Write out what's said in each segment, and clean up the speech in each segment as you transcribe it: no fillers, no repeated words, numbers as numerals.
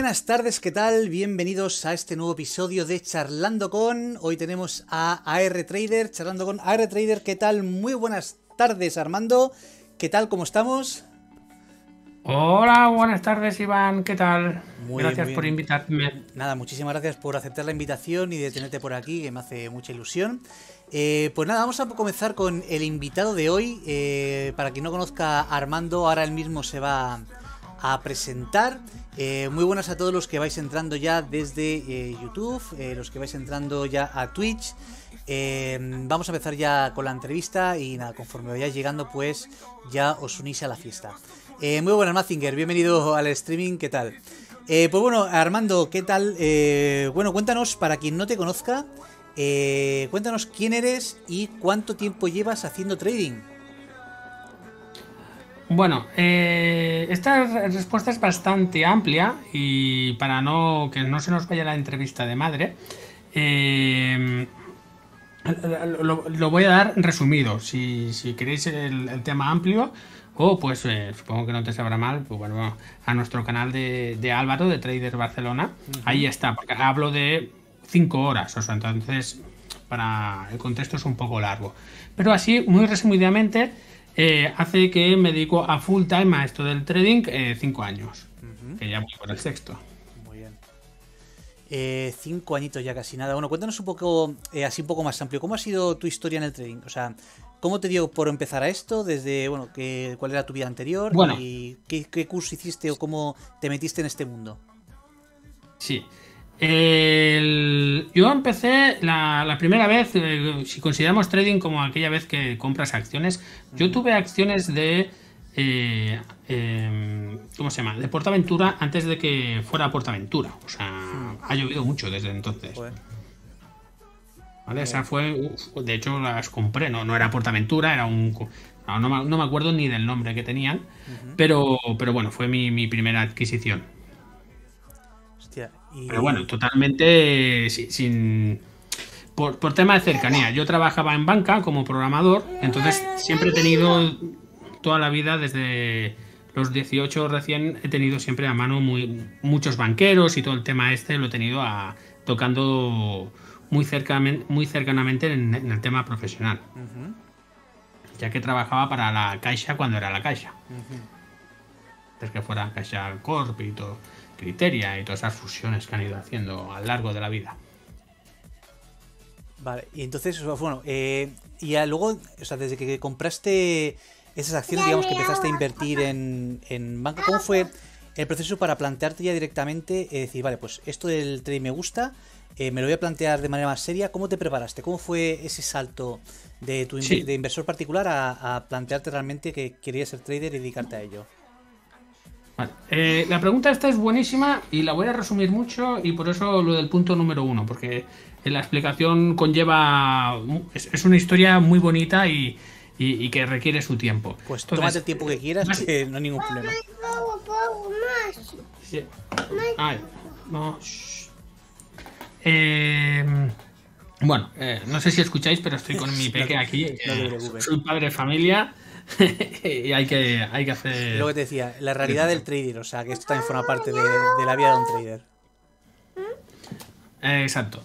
buenas tardes, ¿qué tal? Bienvenidos a este nuevo episodio de Charlando con. Hoy tenemos a AR Trader, charlando con AR Trader, ¿qué tal? Muy buenas tardes, Armando. ¿Qué tal? ¿Cómo estamos? Hola, buenas tardes, Iván, ¿qué tal? Muy Gracias bien. por invitarme. Nada, muchísimas gracias por aceptar la invitación y de tenerte por aquí, que me hace mucha ilusión. Pues nada, vamos a comenzar con el invitado de hoy. Para quien no conozca a Armando, ahora él mismo se va a presentar. Muy buenas a todos los que vais entrando ya desde YouTube, los que vais entrando ya a Twitch. Vamos a empezar ya con la entrevista y nada, conforme vayáis llegando pues ya os unís a la fiesta. Muy buenas, Mazinger, bienvenido al streaming, ¿qué tal? Pues bueno, Armando, ¿qué tal? Bueno, cuéntanos, para quien no te conozca, cuéntanos quién eres y cuánto tiempo llevas haciendo trading. Bueno, esta respuesta es bastante amplia y para que no se nos vaya la entrevista de madre, lo voy a dar resumido. Si queréis el tema amplio, o pues supongo que no te sabrá mal, pues bueno, a nuestro canal de Álvaro, de Trader Barcelona, ahí está, porque hablo de 5 horas, o sea, entonces para el contexto es un poco largo. Pero así, muy resumidamente, hace que me dedico a full time a esto del trading 5 años, que ya voy por el sexto. Muy bien. 5 añitos ya, casi nada. Bueno, cuéntanos un poco, así un poco más amplio, ¿cómo ha sido tu historia en el trading? O sea, ¿cómo te dio por empezar a esto? Desde, bueno, ¿cuál era tu vida anterior? Bueno, ¿Y qué curso hiciste o cómo te metiste en este mundo? sí. Yo empecé la primera vez, si consideramos trading como aquella vez que compras acciones, yo tuve acciones de, ¿cómo se llama? De PortAventura antes de que fuera PortAventura. O sea, ha llovido mucho desde entonces. Joder. ¿Vale? Esa fue, de hecho las compré, no era PortAventura, era un... No me acuerdo ni del nombre que tenían, pero bueno, fue mi primera adquisición. Hostia, Pero bueno, totalmente por tema de cercanía. Yo trabajaba en banca como programador, entonces siempre he tenido toda la vida, desde los 18 recién, he tenido siempre a mano muchos banqueros y todo el tema lo he tenido tocando muy cercanamente en el tema profesional. Ya que trabajaba para la Caixa cuando era la Caixa. Antes que fuera Caixa Corp y todo. Criteria y todas esas fusiones que han ido haciendo a lo largo de la vida. Vale, y entonces, bueno, y ya luego, o sea, desde que compraste esas acciones, digamos que empezaste a invertir en banca, ¿cómo fue el proceso para plantearte ya directamente, decir, vale, pues esto del trading me gusta, me lo voy a plantear de manera más seria? ¿Cómo te preparaste? ¿Cómo fue ese salto de de inversor particular a plantearte realmente que querías ser trader y dedicarte a ello? Vale. La pregunta esta es buenísima y la voy a resumir mucho, y por eso lo del punto número 1, porque la explicación conlleva... Es una historia muy bonita y que requiere su tiempo. Pues tómate el tiempo que quieras, que no hay ningún problema. Sí. Ay, no. Bueno, no sé si escucháis, pero estoy con mi peque aquí. Soy padre de familia. Y hay que hacer... Lo que te decía, la realidad del trader, o sea, que esto también forma parte de la vida de un trader. Exacto.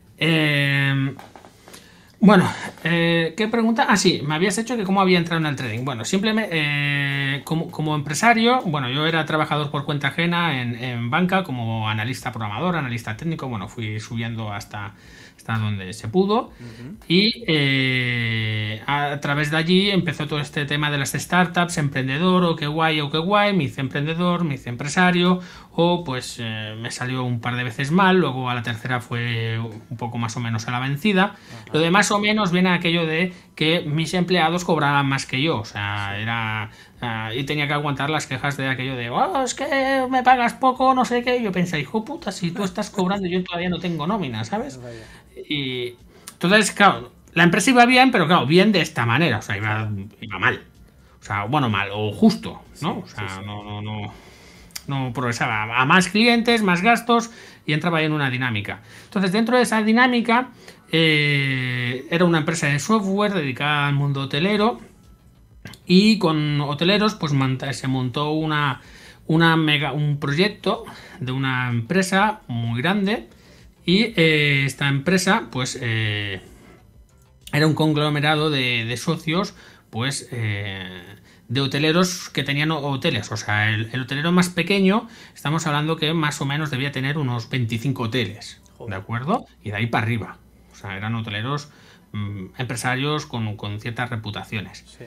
Bueno, ¿qué pregunta? Ah, sí, me habías hecho que cómo había entrado en el trading. Bueno, simplemente como empresario, bueno, yo era trabajador por cuenta ajena en banca, como analista programador, analista técnico. Bueno, fui subiendo hasta donde se pudo. Y a través de allí empezó todo este tema de las startups, emprendedor, o qué guay, me hice emprendedor, me hice empresario, o pues me salió un par de veces mal, luego a la tercera fue un poco más o menos a la vencida. Lo de más o menos viene aquello de que mis empleados cobraban más que yo, o sea, era... y tenía que aguantar las quejas de aquello de, oh, es que me pagas poco, no sé qué. Y yo pensé, hijo puta, si tú estás cobrando, yo todavía no tengo nómina, ¿sabes? Y entonces, claro, la empresa iba bien, pero claro, bien de esta manera, o sea, iba mal. O sea, bueno, mal, o justo, ¿no? O sea, no progresaba. A más clientes, más gastos, y entraba ahí en una dinámica. Entonces, dentro de esa dinámica, era una empresa de software dedicada al mundo hotelero, y con hoteleros pues se montó un proyecto de una empresa muy grande y esta empresa pues era un conglomerado de socios pues de hoteleros que tenían hoteles. O sea, el hotelero más pequeño, estamos hablando que más o menos debía tener unos 25 hoteles, ¿de acuerdo? Y de ahí para arriba. O sea, eran hoteleros empresarios con ciertas reputaciones. Sí.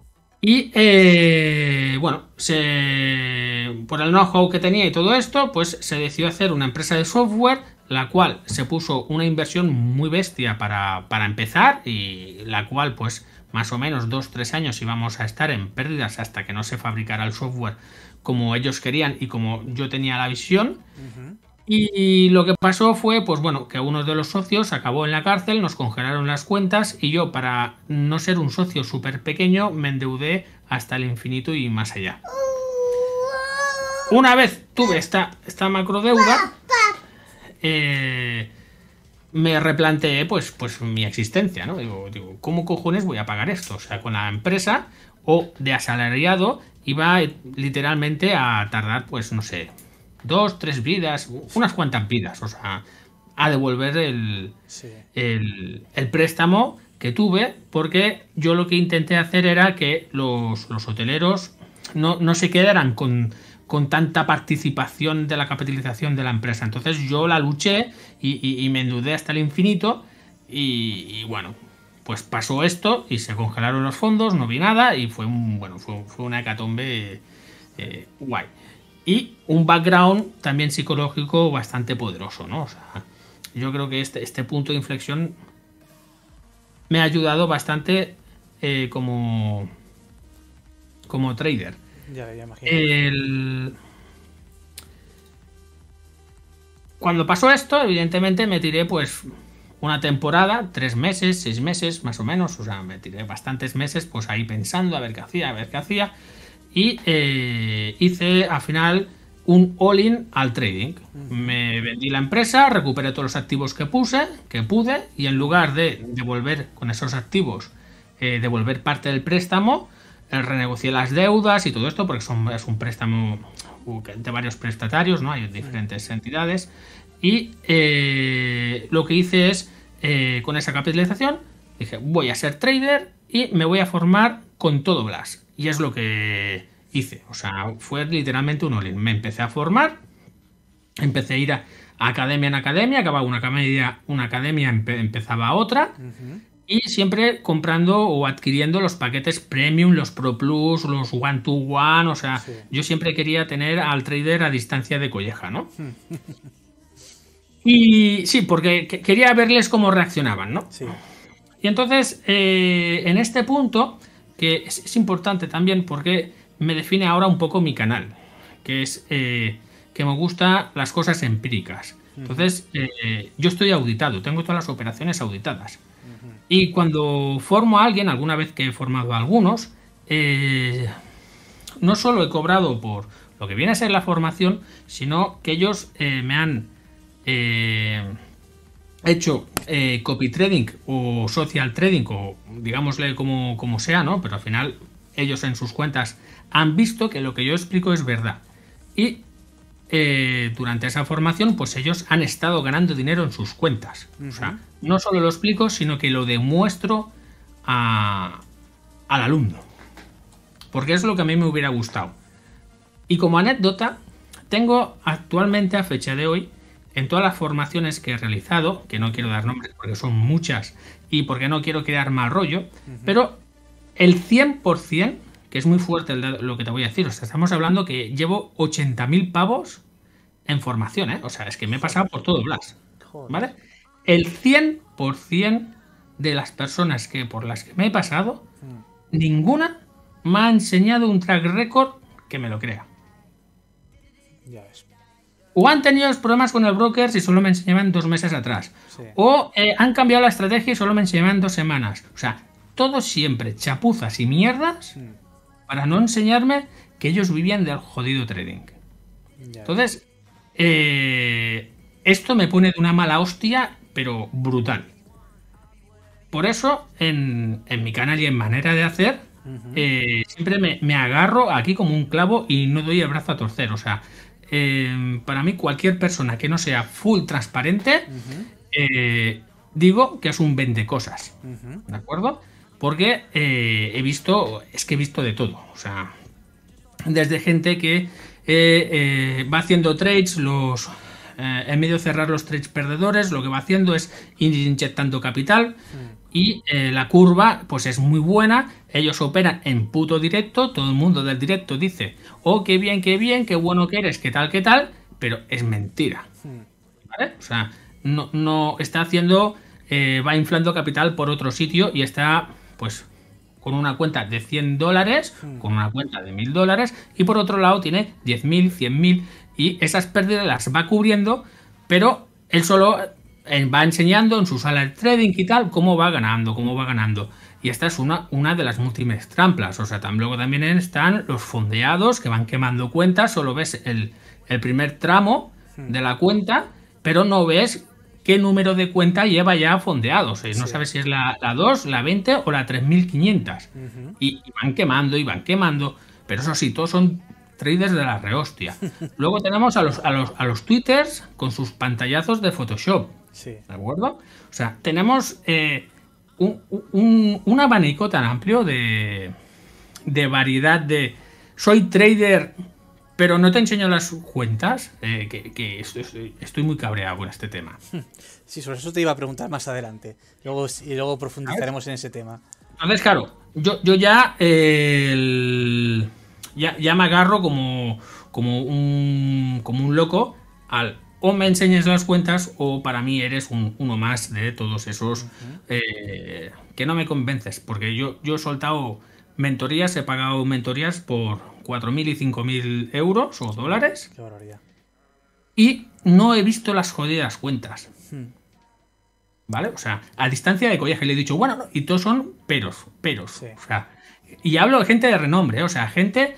Y bueno, por el know-how que tenía y todo esto, pues se decidió hacer una empresa de software, la cual se puso una inversión muy bestia para empezar, y la cual pues más o menos 2-3 años íbamos a estar en pérdidas hasta que no se fabricara el software como ellos querían y como yo tenía la visión. Y lo que pasó fue, pues bueno, que uno de los socios acabó en la cárcel, nos congelaron las cuentas y yo, para no ser un socio súper pequeño, me endeudé hasta el infinito y más allá. Una vez tuve esta macrodeuda, me replanteé pues mi existencia, ¿no? Digo, ¿cómo cojones voy a pagar esto? O sea, con la empresa o de asalariado iba literalmente a tardar, pues no sé, 2-3 vidas, unas cuantas vidas, o sea, a devolver el préstamo que tuve, porque yo lo que intenté hacer era que los hoteleros no se quedaran con tanta participación de la capitalización de la empresa. Entonces yo la luché y me endeudé hasta el infinito y bueno, pues pasó esto y se congelaron los fondos, no vi nada y fue una hecatombe guay. Y un background también psicológico bastante poderoso, ¿no? O sea, yo creo que este punto de inflexión me ha ayudado bastante como trader. Ya imagino. Cuando pasó esto, evidentemente me tiré pues una temporada, 3 meses, 6 meses, más o menos. O sea, me tiré bastantes meses pues ahí pensando a ver qué hacía. Y hice al final un all-in al trading. Me vendí la empresa, recuperé todos los activos que pude, y en lugar de devolver con esos activos, devolver parte del préstamo, renegocié las deudas y todo esto, porque es un préstamo de varios prestatarios, ¿no? Hay diferentes entidades. Y lo que hice es, con esa capitalización, dije, voy a ser trader y me voy a formar con todo Blas. Y es lo que hice. O sea, fue literalmente un all-in. Me empecé a formar, empecé a ir a academia en academia, acababa una academia, empezaba otra. Y siempre comprando o adquiriendo los paquetes premium, los Pro Plus, los One to One. O sea, yo siempre quería tener al trader a distancia de colleja, ¿no? Y sí, porque quería verles cómo reaccionaban, ¿no? Sí. Y entonces, en este punto, que es importante también porque me define ahora un poco mi canal, que es que me gustan las cosas empíricas. Entonces, yo estoy auditado, tengo todas las operaciones auditadas. Y cuando formo a alguien, alguna vez que he formado a algunos, no solo he cobrado por lo que viene a ser la formación, sino que ellos me han hecho copy trading o social trading, o digámosle como sea, ¿no? Pero al final ellos en sus cuentas han visto que lo que yo explico es verdad. Y durante esa formación, pues ellos han estado ganando dinero en sus cuentas. O sea, no solo lo explico, sino que lo demuestro al alumno. Porque es lo que a mí me hubiera gustado. Y como anécdota, tengo actualmente, a fecha de hoy, en todas las formaciones que he realizado, que no quiero dar nombres porque son muchas y porque no quiero crear mal rollo, pero el 100%, que es muy fuerte lo que te voy a decir, o sea, estamos hablando que llevo 80.000 pavos en formación, ¿eh? O sea, es que me he pasado por todo Blas, ¿vale? El 100% de las personas por las que me he pasado, ninguna me ha enseñado un track record que me lo crea. Ya ves. O han tenido problemas con el broker si solo me enseñaban 2 meses atrás. Sí. O han cambiado la estrategia y solo me enseñaban 2 semanas. O sea, todo siempre chapuzas y mierdas para no enseñarme que ellos vivían del jodido trading. Ya. Entonces, esto me pone de una mala hostia, pero brutal. Por eso, en mi canal y en manera de hacer, siempre me agarro aquí como un clavo y no doy el brazo a torcer. O sea, para mí cualquier persona que no sea full transparente, digo que es un vendecosas, ¿de acuerdo? Porque he visto de todo. O sea, desde gente que va haciendo trades, en medio de cerrar los trades perdedores, lo que va haciendo es ir inyectando capital y la curva pues es muy buena. Ellos operan en puto directo, todo el mundo del directo dice, oh, qué bien, qué bueno que eres, qué tal, pero es mentira, ¿vale? O sea, no está haciendo, va inflando capital por otro sitio y está pues con una cuenta de $100, con una cuenta de $1000 y por otro lado tiene 10.000, 100.000 y esas pérdidas las va cubriendo, pero él solo va enseñando en su sala de trading y tal cómo va ganando. Y esta es una de las múltiples trampas. O sea, luego también están los fondeados que van quemando cuentas, solo ves el primer tramo de la cuenta, pero no ves qué número de cuenta lleva ya fondeados. No sabes si es la 2, la 20 o la 3500. Y van quemando. Pero eso sí, todos son traders de la rehostia. Luego tenemos a los twitters con sus pantallazos de Photoshop. ¿De acuerdo? O sea, tenemos un abanico tan amplio de variedad de... Soy trader, pero no te enseño las cuentas, que estoy muy cabreado con este tema. Sí, sobre eso te iba a preguntar más adelante. Luego profundizaremos en ese tema. Entonces, claro, yo ya ya me agarro como un loco al o me enseñes las cuentas o para mí eres uno más de todos esos que no me convences, porque yo he soltado mentorías, he pagado mentorías por 4.000 y 5.000 euros o dólares. Qué barbaridad. Y no he visto las jodidas cuentas. ¿Vale? O sea, a distancia de collaje le he dicho, bueno, no, y todos son peros. Sí. O sea, y hablo de gente de renombre, o sea, gente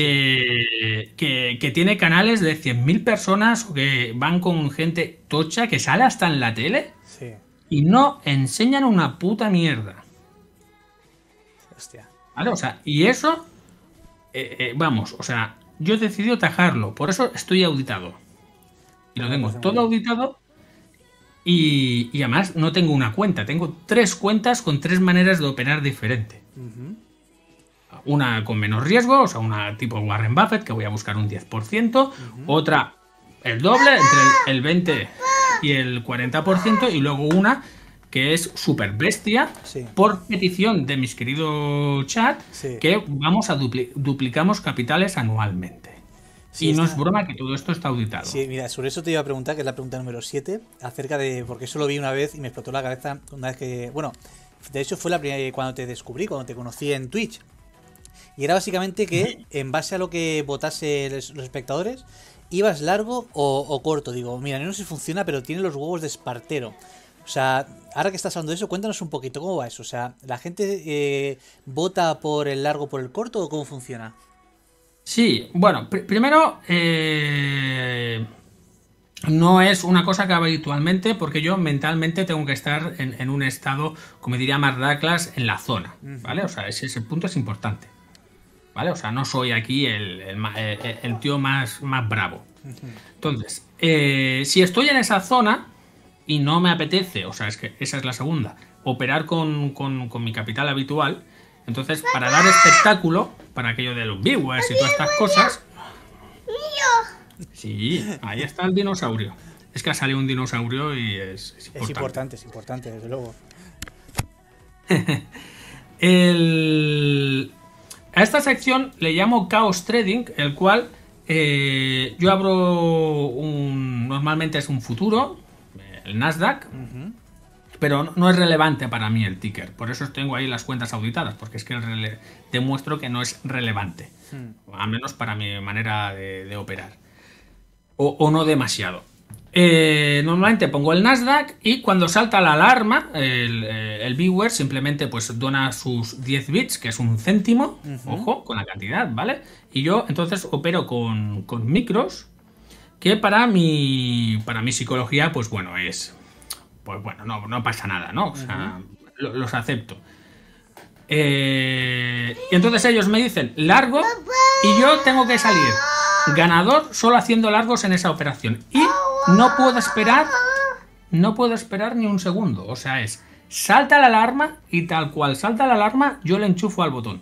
que tiene canales de 100.000 personas o que van con gente tocha que sale hasta en la tele y no enseñan una puta mierda. Hostia. ¿Vale? O sea, y eso, vamos, o sea, yo he decidido tajarlo, por eso estoy auditado. Y lo tengo todo auditado. Y además no tengo una cuenta, tengo 3 cuentas con 3 maneras de operar diferente. Una con menos riesgo, o sea, una tipo Warren Buffett, que voy a buscar un 10%. Otra, el doble, entre el 20 y el 40%. Y luego una que es súper bestia, por petición de mis queridos chat, que vamos a duplicamos capitales anualmente. Sí, y no es broma que todo esto está auditado. Sí, mira, sobre eso te iba a preguntar, que es la pregunta número 7, acerca de... Porque eso lo vi una vez y me explotó la cabeza una vez que... Bueno, de hecho fue la primera cuando te descubrí, cuando te conocí en Twitch. Y era básicamente que, en base a lo que votase los espectadores, ibas largo o corto. Digo, mira, no sé si funciona, pero tiene los huevos de espartero. O sea, ahora que estás hablando de eso, cuéntanos un poquito, ¿cómo va eso? O sea, ¿la gente vota por el largo o por el corto o cómo funciona? Sí, bueno, primero no es una cosa que hago habitualmente porque yo mentalmente tengo que estar en un estado, como diría Mark Douglas, en la zona, ¿vale? O sea, ese punto es importante, ¿vale? O sea, no soy aquí el tío más bravo. Entonces, si estoy en esa zona y no me apetece, o sea, es que esa es la segunda, operar con mi capital habitual. Entonces, para dar espectáculo, para aquello de los viewers y todas estas cosas... Sí, ahí está el dinosaurio. Es que ha salido un dinosaurio y es importante. Es importante, desde luego. A esta sección le llamo Chaos Trading, el cual yo abro normalmente es un futuro, el Nasdaq, pero no es relevante para mí el ticker. Por eso tengo ahí las cuentas auditadas, porque es que demuestro que no es relevante, al menos para mi manera de operar. O no demasiado. Normalmente pongo el Nasdaq y cuando salta la alarma, el viewer simplemente pues dona sus 10 bits, que es un céntimo, ojo, con la cantidad, ¿vale? Y yo entonces opero con micros, que para mi psicología, pues bueno, es... Pues bueno, no pasa nada, ¿no? O sea, los acepto. Y entonces ellos me dicen largo y yo tengo que salir ganador solo haciendo largos en esa operación. Y no puedo esperar ni un segundo. O sea, salta la alarma y tal cual salta la alarma, yo le enchufo al botón.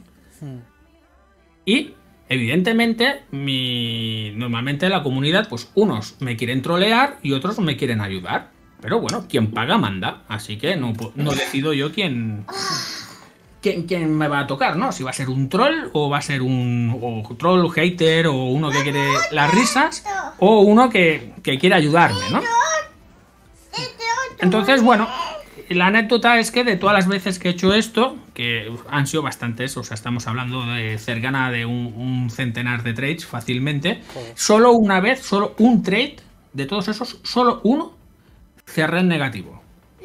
Y evidentemente, normalmente la comunidad, pues unos me quieren trolear y otros me quieren ayudar. Pero bueno, quien paga manda. Así que no decido yo quién me va a tocar, ¿no? Si va a ser un troll o va a ser un troll, hater, o uno que quiere las risas, o uno que quiere ayudarme, ¿no? Entonces, bueno, la anécdota es que de todas las veces que he hecho esto, que han sido bastantes, o sea, estamos hablando de cercana de un centenar de trades fácilmente, solo una vez, solo un trade, de todos esos, solo uno cerré en negativo.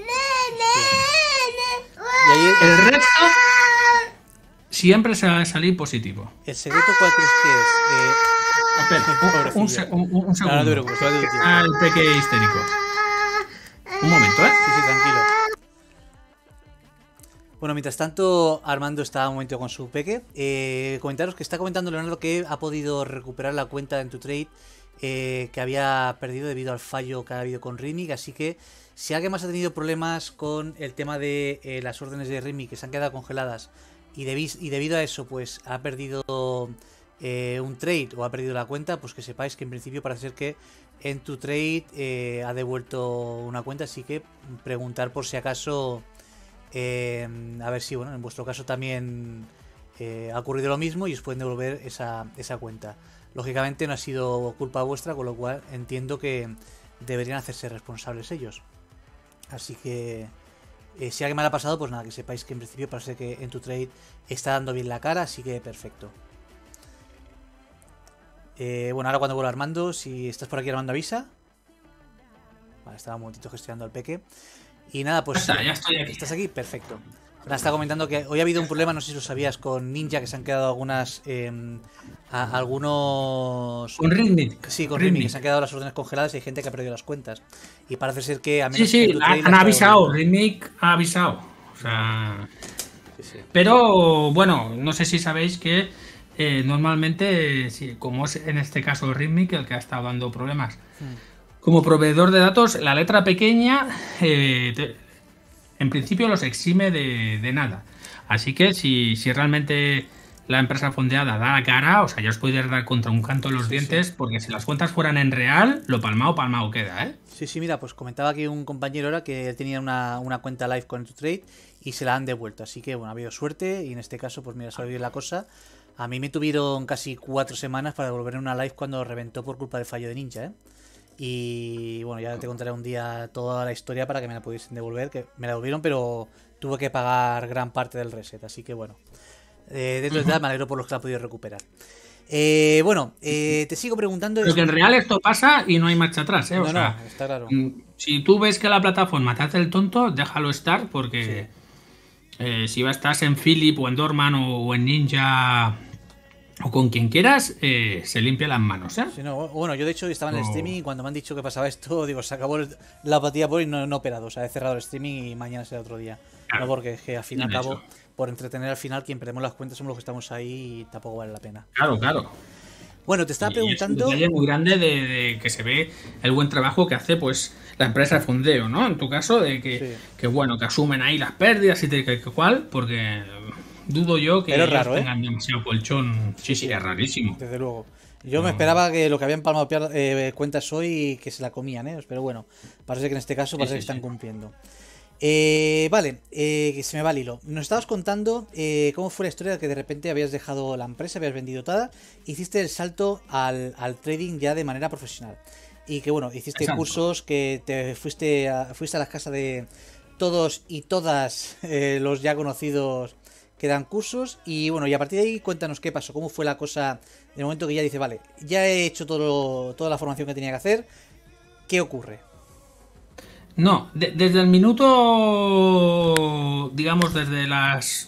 Y ahí el resto siempre se va a salir positivo. ¿El secreto cuál crees que es? Espera, un segundo. No, no te preocupes, no te preocupes. El peque histérico. Un momento, ¿eh? Sí, tranquilo. Bueno, mientras tanto, Armando está un momento con su peque. Comentaros que está comentando Leonardo que ha podido recuperar la cuenta en tu trade que había perdido debido al fallo que ha habido con Rimic. Así que si alguien más ha tenido problemas con el tema de las órdenes de Rimic que se han quedado congeladas y debido a eso pues ha perdido un trade o ha perdido la cuenta, pues que sepáis que en principio parece ser que en tu trade ha devuelto una cuenta. Así que preguntar por si acaso... a ver si, bueno, en vuestro caso también ha ocurrido lo mismo y os pueden devolver esa cuenta. Lógicamente no ha sido culpa vuestra, con lo cual entiendo que deberían hacerse responsables ellos. Así que si alguien me la ha pasado, pues nada, que sepáis que en principio parece que en tu trade está dando bien la cara, así que perfecto. Bueno, ahora cuando vuelva Armando, si estás por aquí, Armando, avisa. Vale, estaba un momentito gestionando al peque. Y nada, pues ya estoy aquí. ¿Estás aquí? Perfecto. Ahora está comentando que hoy ha habido un problema, no sé si lo sabías, con Ninja, que se han quedado algunos... Con Rimic. Sí, con Rimic, que se han quedado las órdenes congeladas y hay gente que ha perdido las cuentas. Y parece ser que... Sí, han avisado, Rimic ha avisado. O sea... Sí. Pero, bueno, no sé si sabéis que normalmente, como es en este caso Rimic el que ha estado dando problemas... Como proveedor de datos, la letra pequeña en principio los exime de nada. Así que si realmente la empresa fondeada da la cara, o sea, ya os podéis dar contra un canto en los dientes, porque si las cuentas fueran en real, lo palmado queda, ¿eh? Sí, mira, pues comentaba aquí un compañero ahora que tenía una cuenta live con tu trade y se la han devuelto. Así que, bueno, ha habido suerte y en este caso, pues mira, salió bien la cosa. A mí me tuvieron casi 4 semanas para devolver una live cuando reventó por culpa del fallo de Ninja, ¿eh? Y bueno, ya te contaré un día toda la historia para que me la pudiesen devolver, que me la devolvieron, pero tuve que pagar gran parte del reset, así que bueno, dentro de tal me alegro por los que la he podido recuperar. Bueno, te sigo preguntando... Pero que en real esto pasa y no hay marcha atrás, ¿eh? O sea, no, está claro. Si tú ves que la plataforma te hace el tonto, déjalo estar, porque si estás en Philip o en Dorman o en Ninja... O con quien quieras, se limpia las manos, ¿eh? Sí, no, bueno, yo de hecho estaba en el streaming y cuando me han dicho que pasaba esto, digo, se acabó la apatía por hoy, no he operado. O sea, he cerrado el streaming y mañana será otro día. Claro. No, porque es que al fin y al cabo, por entretener al final, quien perdemos las cuentas somos los que estamos ahí y tampoco vale la pena. Claro. Bueno, te estaba preguntando... Es un detalle muy grande de que se ve el buen trabajo que hace pues la empresa de fondeo, ¿no? En tu caso, de que bueno, que asumen ahí las pérdidas y que cual, porque... Dudo yo que ellos raro, tengan demasiado colchón. Sí, es rarísimo. Desde luego. Yo me esperaba que lo que habían palmado cuentas hoy que se la comían, ¿eh? Pero bueno, parece que en este caso parece que están cumpliendo. Vale, que se me va el hilo. Nos estabas contando cómo fue la historia de que de repente habías dejado la empresa, habías vendido toda, hiciste el salto al trading ya de manera profesional. Y que bueno, hiciste cursos, que te fuiste a las casas de todos y todas los ya conocidos que dan cursos. Y bueno, y a partir de ahí cuéntanos qué pasó, cómo fue la cosa en el momento que ya dices, vale, ya he hecho toda la formación que tenía que hacer, ¿qué ocurre? No, desde el minuto, digamos, desde las...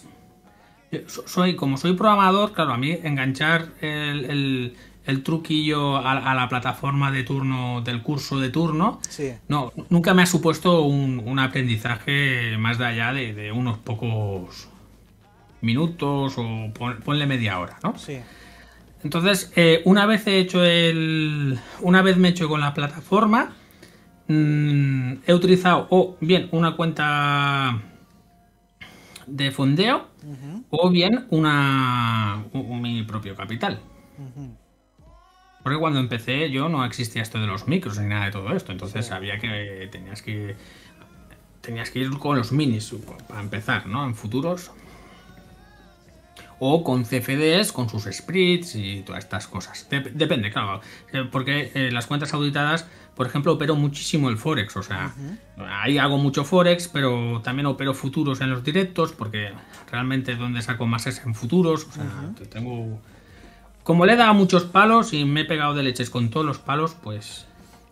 Como soy programador, claro, a mí enganchar el truquillo a la plataforma de turno, del curso de turno, no, nunca me ha supuesto un aprendizaje más de allá de unos pocos minutos o ponle media hora, ¿no? Sí. Entonces, una vez me he hecho con la plataforma, he utilizado o bien una cuenta de fondeo o bien mi propio capital. Porque cuando empecé yo no existía esto de los micros ni nada de todo esto, entonces sabía que tenías que ir con los minis para empezar, ¿no? En futuros. O con CFDs, con sus spreads y todas estas cosas. Depende, claro. Porque las cuentas auditadas, por ejemplo, opero muchísimo el Forex. O sea, ahí hago mucho Forex, pero también opero futuros en los directos, porque realmente donde saco más es en futuros. O sea, tengo... Como le he dado muchos palos y me he pegado de leches con todos los palos, pues...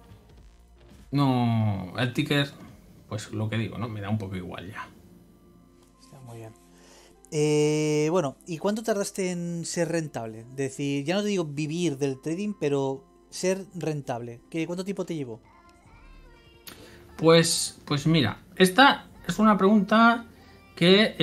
No... El ticker, pues lo que digo, ¿no? Me da un poco igual ya. Está muy bien. Bueno, ¿y cuánto tardaste en ser rentable? Es decir, ya no te digo vivir del trading, pero ser rentable. ¿Cuánto tiempo te llevó? Pues mira, esta es una pregunta que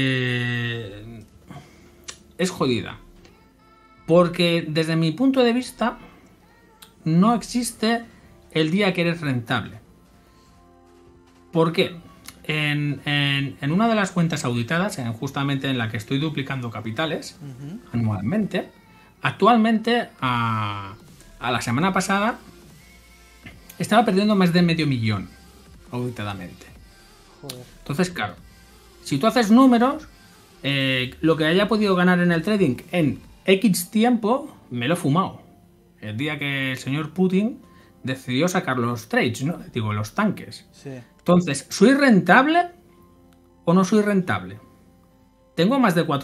es jodida. Porque desde mi punto de vista no existe el día que eres rentable. ¿Por qué? En una de las cuentas auditadas, justamente en la que estoy duplicando capitales anualmente, actualmente a la semana pasada estaba perdiendo más de $500,000 auditadamente. Joder. Entonces, claro, si tú haces números, lo que haya podido ganar en el trading en X tiempo, me lo he fumado. El día que el señor Putin decidió sacar los trades, ¿no? Digo, los tanques. Sí. Entonces, ¿soy rentable o no soy rentable? Tengo más de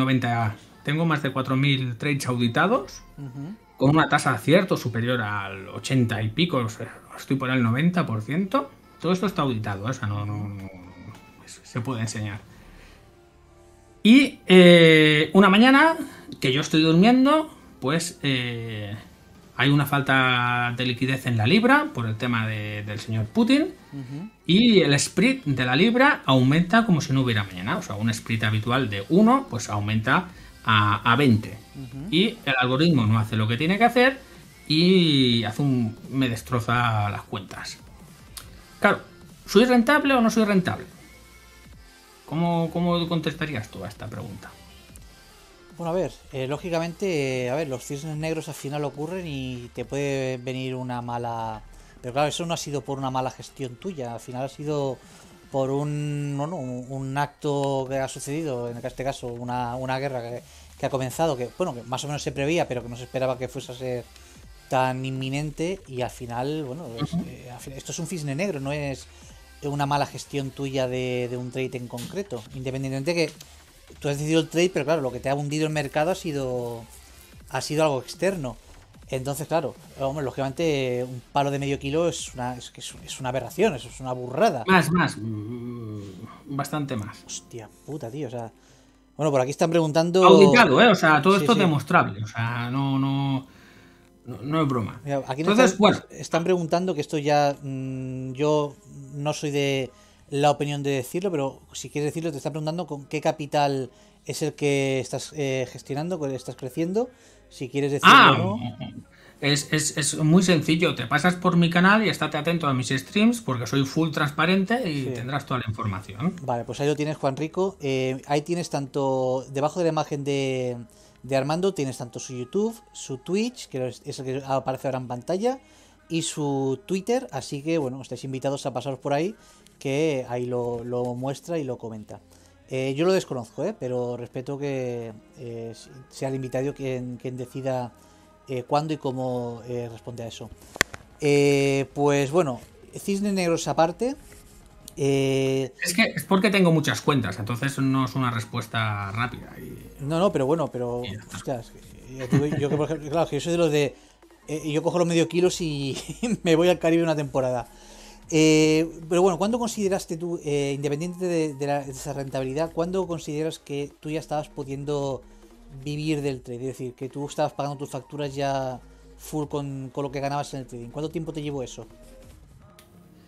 4.000 trades auditados, con una tasa de acierto superior al 80 y pico, o sea, estoy por el 90%. Todo esto está auditado, o sea, no se puede enseñar. Y una mañana que yo estoy durmiendo, pues hay una falta de liquidez en la libra por el tema del señor Putin, y el spread de la libra aumenta como si no hubiera mañana. O sea, un spread habitual de 1 pues aumenta a 20. Y el algoritmo no hace lo que tiene que hacer y me destroza las cuentas. Claro, ¿soy rentable o no soy rentable? ¿Cómo contestarías tú a esta pregunta? Bueno, a ver, lógicamente, los cisnes negros al final ocurren y te puede venir una mala... Pero claro, eso no ha sido por una mala gestión tuya, al final ha sido por un acto que ha sucedido, en este caso una guerra que ha comenzado, que más o menos se preveía, pero que no se esperaba que fuese a ser tan inminente, y al final, esto es un cisne negro, no es una mala gestión tuya de un trade en concreto, independientemente que tú has decidido el trade, pero claro, lo que te ha hundido el mercado ha sido algo externo. Entonces, claro, hombre, lógicamente un palo de medio kilo es una aberración, eso es una burrada. Más, bastante más. Hostia puta, tío, o sea... Bueno, por aquí están preguntando... Auditado, o sea, todo esto es sí. demostrable, o sea, no es broma. Mira, aquí entonces, están preguntando que esto ya... yo no soy de la opinión de decirlo, pero si quieres decirlo, te están preguntando con qué capital es el que estás gestionando, que estás creciendo. Si quieres decirlo o no. Es muy sencillo. Te pasas por mi canal y estate atento a mis streams porque soy full transparente y tendrás toda la información. Vale, pues ahí lo tienes, Juan Rico. Ahí tienes tanto... Debajo de la imagen de Armando tienes tanto su YouTube, su Twitch, que es el que aparece ahora en pantalla, y su Twitter. Así que, bueno, estáis invitados a pasaros por ahí, que ahí lo muestra y lo comenta. Yo lo desconozco, pero respeto que sea el invitado quien decida cuándo y cómo responde a eso. Pues bueno, cisnes negros aparte. Es porque tengo muchas cuentas, entonces no es una respuesta rápida. No, pero hostias, yo que por ejemplo, claro, que yo soy de los de... yo cojo los medio kilos y me voy al Caribe una temporada. Pero bueno, ¿cuándo consideraste tú, independiente de esa rentabilidad, cuándo consideras que tú ya estabas pudiendo vivir del trade? Es decir, que tú estabas pagando tus facturas ya full con lo que ganabas en el trading. ¿Cuánto tiempo te llevó eso?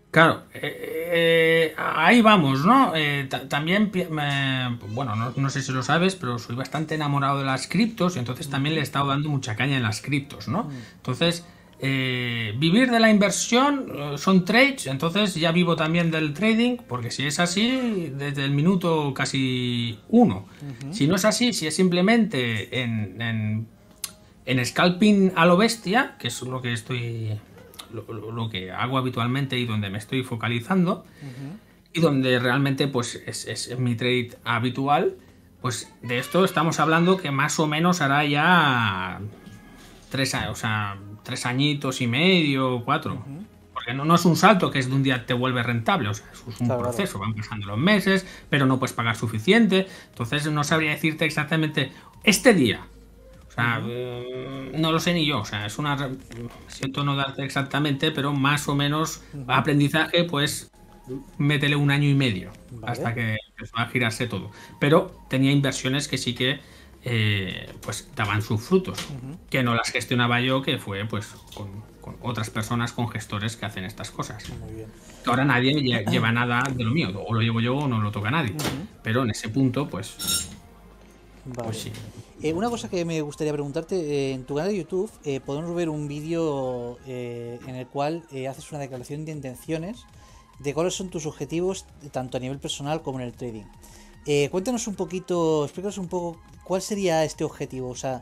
Claro, ahí vamos, ¿no? También, bueno, no sé si lo sabes, pero soy bastante enamorado de las criptos y entonces también le he estado dando mucha caña en las criptos, ¿no? Entonces, vivir de la inversión son trades, entonces ya vivo también del trading, porque si es así, desde el minuto casi uno. Si no es así, si es simplemente en scalping a lo bestia, que es lo que estoy lo que hago habitualmente y donde me estoy focalizando y donde realmente pues es mi trade habitual, pues de esto estamos hablando que más o menos hará ya 3 añitos y medio, 4. Porque no es un salto que es de un día te vuelve rentable, o sea, es un proceso, van pasando los meses, pero no puedes pagar suficiente, entonces no sabría decirte exactamente este día. O sea, no lo sé ni yo. O sea, siento no darte exactamente, pero más o menos aprendizaje, pues métele 1 año y medio hasta que va a girarse todo. Pero tenía inversiones que sí que pues daban sus frutos, que no las gestionaba yo, que fue pues con otras personas, con gestores que hacen estas cosas. Muy bien. Que ahora nadie lleva nada de lo mío, o lo llevo yo o no lo toca nadie. Pero en ese punto, pues sí. Una cosa que me gustaría preguntarte, en tu canal de YouTube podemos ver un vídeo en el cual haces una declaración de intenciones de cuáles son tus objetivos, tanto a nivel personal como en el trading. Cuéntanos un poquito, explícanos un poco cuál sería este objetivo, o sea,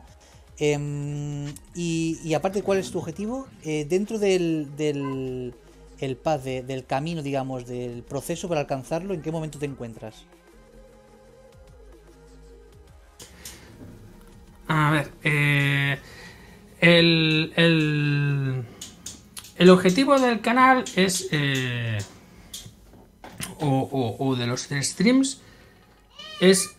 y aparte cuál es tu objetivo dentro del path, del camino, digamos, del proceso para alcanzarlo, ¿en qué momento te encuentras? A ver, el objetivo del canal es, o de los streams, es,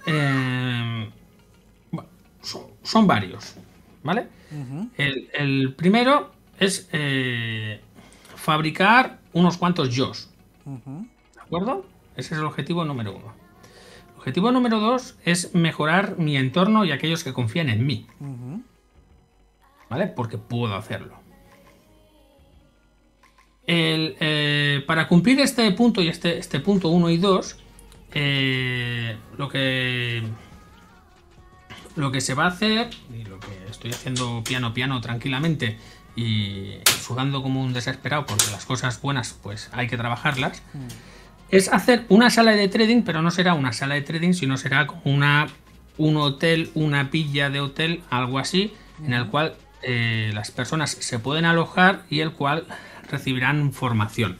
son varios, ¿vale? El primero es fabricar unos cuantos yo's, ¿de acuerdo? Ese es el objetivo número 1. Objetivo número 2 es mejorar mi entorno y aquellos que confían en mí. ¿Vale? Porque puedo hacerlo. Para cumplir este punto y este punto 1 y 2, lo que se va a hacer, y lo que estoy haciendo piano tranquilamente y sudando como un desesperado, porque las cosas buenas pues hay que trabajarlas, es hacer una sala de trading, pero no será una sala de trading, sino será como un hotel, una villa de hotel, algo así, en el cual las personas se pueden alojar y el cual recibirán formación.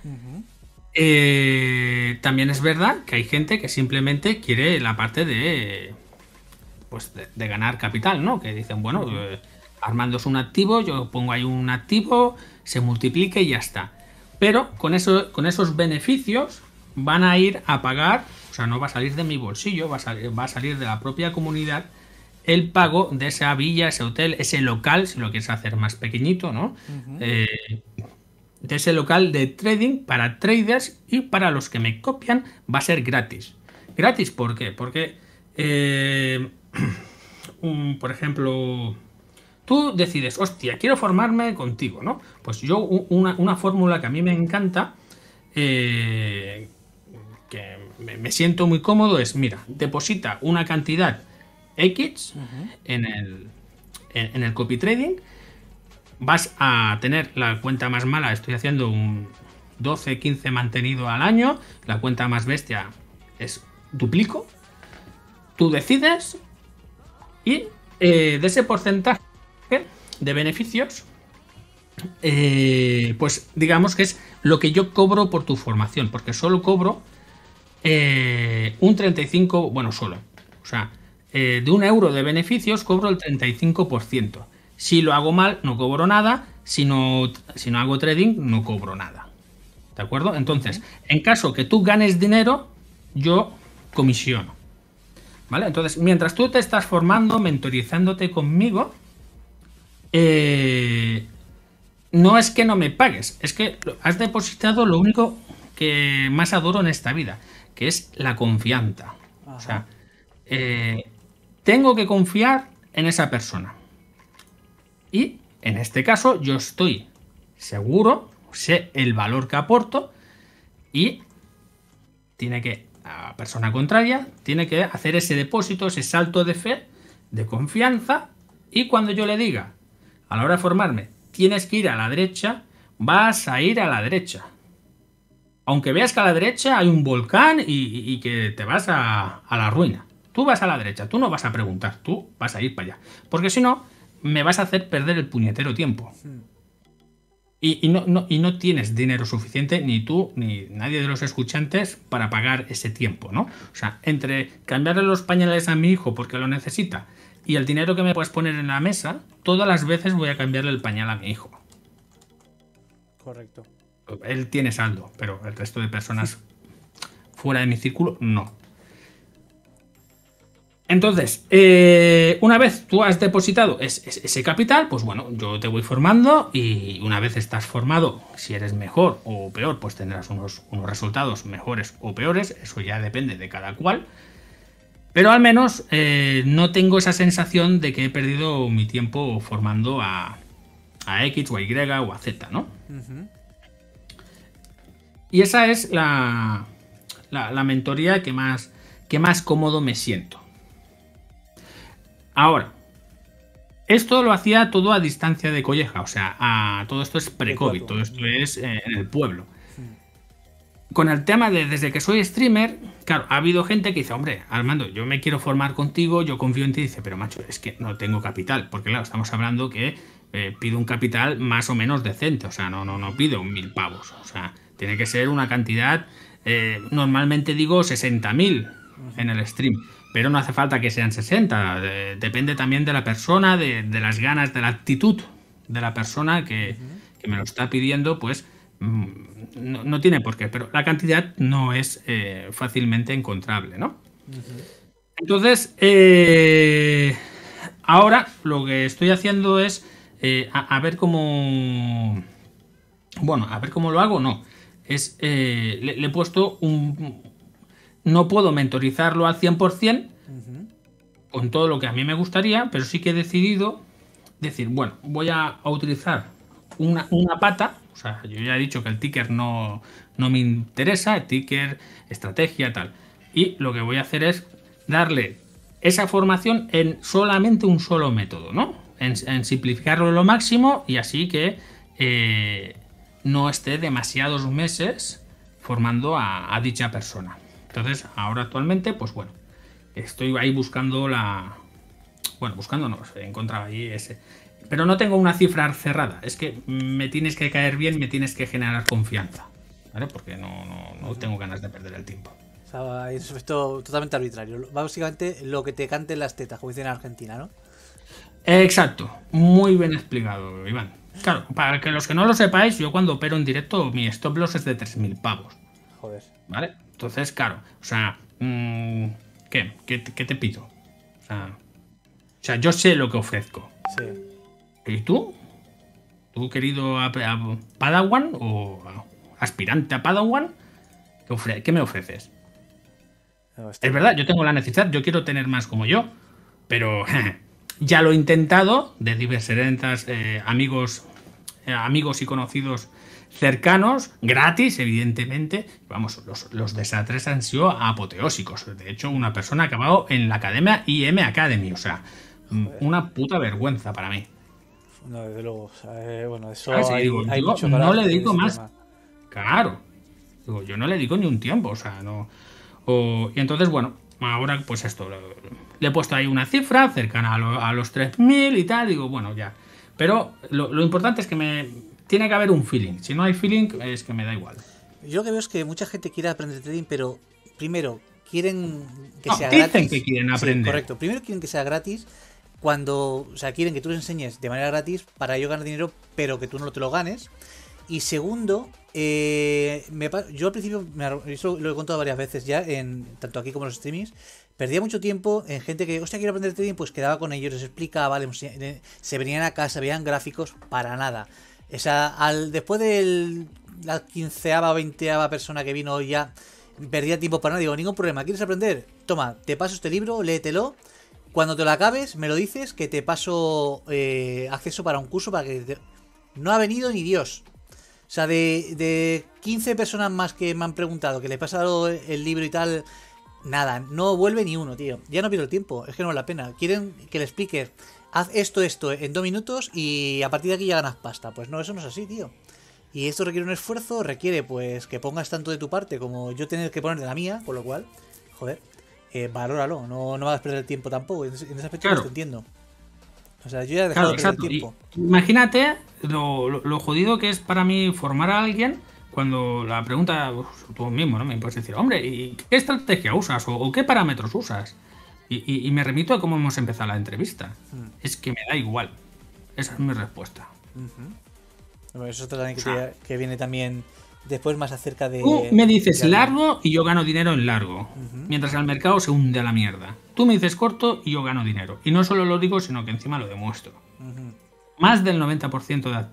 También es verdad que hay gente que simplemente quiere la parte de ganar capital, ¿no? Que dicen, bueno, Armando es un activo, yo pongo ahí un activo, se multiplique y ya está. Pero con esos beneficios van a ir a pagar, o sea, no va a salir de mi bolsillo, va a salir de la propia comunidad el pago de esa villa, ese hotel, ese local, si lo quieres hacer más pequeñito, ¿no? De ese local de trading para traders, y para los que me copian va a ser gratis. ¿Gratis por qué? Porque, por ejemplo, tú decides, hostia, quiero formarme contigo, ¿no? Pues yo, una fórmula que a mí me encanta, que me siento muy cómodo, es, mira, deposita una cantidad X en el copy trading, vas a tener la cuenta más mala, estoy haciendo un 12-15 mantenido al año, la cuenta más bestia es duplico, tú decides y de ese porcentaje de beneficios, pues digamos que es lo que yo cobro por tu formación, porque solo cobro un 35, bueno, solo, o sea, de 1 euro de beneficios cobro el 35%. Si lo hago mal, no cobro nada. Si no hago trading, no cobro nada. ¿De acuerdo? Entonces, en caso que tú ganes dinero, yo comisiono. ¿Vale? Entonces, mientras tú te estás formando, mentorizándote conmigo, no es que no me pagues, es que has depositado lo único que más adoro en esta vida, que es la confianza. O sea, tengo que confiar en esa persona. Y en este caso yo estoy seguro, sé el valor que aporto, Y la persona contraria tiene que hacer ese depósito, ese salto de fe, de confianza, y cuando yo le diga, a la hora de formarme, tienes que ir a la derecha, vas a ir a la derecha. Aunque veas que a la derecha hay un volcán y que te vas a la ruina. Tú vas a la derecha, tú no vas a preguntar, tú vas a ir para allá. Porque si no, me vas a hacer perder el puñetero tiempo. Y no tienes dinero suficiente, ni tú, ni nadie de los escuchantes, para pagar ese tiempo, ¿no? O sea, entre cambiarle los pañales a mi hijo porque lo necesita y el dinero que me puedes poner en la mesa, todas las veces voy a cambiarle el pañal a mi hijo. Correcto. Él tiene saldo, pero el resto de personas fuera de mi círculo, no. Entonces, una vez tú has depositado ese capital, pues bueno, yo te voy formando y una vez estás formado, si eres mejor o peor, pues tendrás unos resultados mejores o peores, eso ya depende de cada cual. Pero al menos no tengo esa sensación de que he perdido mi tiempo formando a X o a Y o a Z, ¿no? Y esa es la mentoría que más cómodo me siento. Ahora, esto lo hacía todo a distancia de colleja, o sea, todo esto es pre-COVID, todo esto es en el pueblo. Con el tema de desde que soy streamer, claro, ha habido gente que dice, hombre, Armando, yo me quiero formar contigo, yo confío en ti, dice, pero macho, es que no tengo capital, porque claro, estamos hablando que pido un capital más o menos decente, o sea, no pido 1000 pavos, o sea, tiene que ser una cantidad, normalmente digo 60.000 en el stream. Pero no hace falta que sean 60, depende también de la persona, de las ganas, de la actitud de la persona que me lo está pidiendo, pues no tiene por qué, pero la cantidad no es fácilmente encontrable, ¿no? Entonces, ahora lo que estoy haciendo es a ver cómo... Bueno, a ver cómo lo hago, no. Le he puesto un... No puedo mentorizarlo al 100% con todo lo que a mí me gustaría, pero sí que he decidido decir, bueno, voy a utilizar una pata, o sea, yo ya he dicho que el ticker no me interesa, el ticker, estrategia, tal. Y lo que voy a hacer es darle esa formación en solamente un solo método, ¿no? En simplificarlo lo máximo y así que no esté demasiados meses formando a dicha persona. Entonces, ahora actualmente, pues bueno, estoy ahí buscando buscando no, he encontrado ahí ese. Pero no tengo una cifra cerrada. Es que me tienes que caer bien, me tienes que generar confianza, ¿vale? Porque no tengo ganas de perder el tiempo. O sea, es un efecto totalmente arbitrario. Básicamente, lo que te cante en las tetas, como dicen en Argentina, ¿no? Exacto. Muy bien explicado, Iván. Claro, para que los que no lo sepáis, yo cuando opero en directo, mi stop loss es de 3.000 pavos. Joder. ¿Vale? Entonces, claro, o sea, ¿qué te pido? O sea, yo sé lo que ofrezco. Sí. ¿Y tú? ¿Tú, querido Padawan o aspirante a Padawan? ¿Qué me ofreces? No, es verdad, yo tengo la necesidad, yo quiero tener más como yo, pero ya lo he intentado de diferentes amigos y conocidos cercanos, gratis, evidentemente. Vamos, los desastres han sido apoteósicos. De hecho, una persona ha acabado en la academia IM Academy. O sea, una puta vergüenza para mí. No, desde luego. Bueno, eso sí, hay mucho no le este digo más. tema. Claro. Digo, yo no le digo ni un tiempo. O sea, no. Y entonces, bueno, ahora pues esto. Le he puesto ahí una cifra cercana a los 3.000 y tal. Digo, bueno, ya. Pero lo importante es que tiene que haber un feeling. Si no hay feeling, es que me da igual. Yo lo que veo es que mucha gente quiere aprender trading, pero primero quieren que sea dicen gratis. Que quieren aprender. Sí, correcto. Primero quieren que sea gratis. O sea, quieren que tú les enseñes de manera gratis para yo ganar dinero, pero que tú no te lo ganes. Y segundo, yo al principio, eso lo he contado varias veces ya, tanto aquí como en los streamings, perdía mucho tiempo en gente que, hostia, quiero aprender trading, pues quedaba con ellos, les explicaba, se venían a casa, veían gráficos, para nada. O sea, después de la 15ª, 20ª persona que vino ya, perdía tiempo para nada. Digo, ningún problema, ¿quieres aprender? Toma, te paso este libro, léetelo. Cuando te lo acabes, me lo dices, que te paso acceso para un curso para que no ha venido ni Dios. O sea, de 15 personas más que me han preguntado que le he pasado el libro y tal, nada, no vuelve ni uno, tío. Ya no pierdo el tiempo, es que no vale la pena. Quieren que le expliques, haz esto en 2 minutos y a partir de aquí ya ganas pasta. Pues no, eso no es así, tío. Y esto requiere un esfuerzo, requiere pues que pongas tanto de tu parte como yo tener que poner de la mía, con lo cual, joder, valóralo, no vas a perder el tiempo tampoco. En ese aspecto Claro. te entiendo. O sea, yo ya he dejado de perder el tiempo. Imagínate lo jodido que es para mí formar a alguien cuando la pregunta, pues, tú mismo, ¿no? Me puedes decir, hombre, ¿y qué estrategia usas? ¿O qué parámetros usas? Y me remito a cómo hemos empezado la entrevista. Es que me da igual. Esa es mi respuesta. Bueno, eso también que viene también después más acerca de... Tú me dices largo y yo gano dinero en largo, mientras el mercado se hunde a la mierda. Tú me dices corto y yo gano dinero. Y no solo lo digo, sino que encima lo demuestro. Más del 90%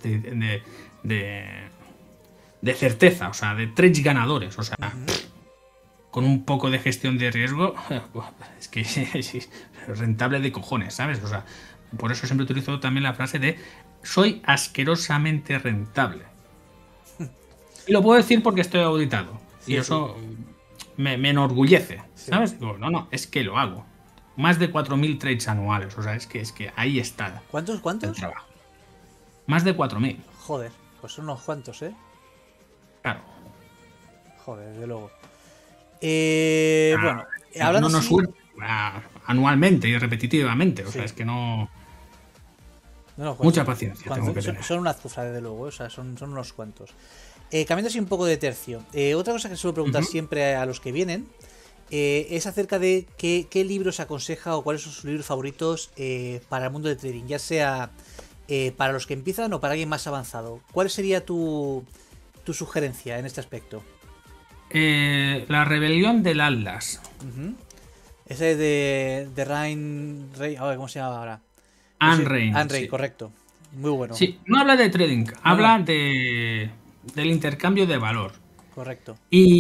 de certeza, o sea, de trades ganadores, o sea, con un poco de gestión de riesgo, es que es rentable de cojones, ¿sabes? O sea, por eso siempre utilizo también la frase de soy asquerosamente rentable. Y lo puedo decir porque estoy auditado. Sí, y eso me enorgullece, ¿sabes? Digo, no, es que lo hago. Más de 4.000 trades anuales, o sea, es que ahí está. ¿Cuántos? El trabajo. Más de 4.000. Joder, pues son unos cuantos, ¿eh? Claro. Joder, desde luego. Bueno, hablando no así... sube anualmente y repetitivamente, o sea, es que no... No, mucha paciencia tengo que tener. Son una azufra, desde luego, o sea, son unos cuantos. Cambiando así un poco de tercio, otra cosa que suelo preguntar siempre a los que vienen es acerca de qué libros aconseja o cuáles son sus libros favoritos para el mundo del trading, ya sea para los que empiezan o para alguien más avanzado. ¿Cuál sería tu sugerencia en este aspecto? La rebelión del Atlas. Ese de Rain... ¿Cómo se llama ahora? Anne Rain. Anne Rain, sí. Correcto. Muy bueno. Sí, no habla de trading, habla del intercambio de valor. Correcto.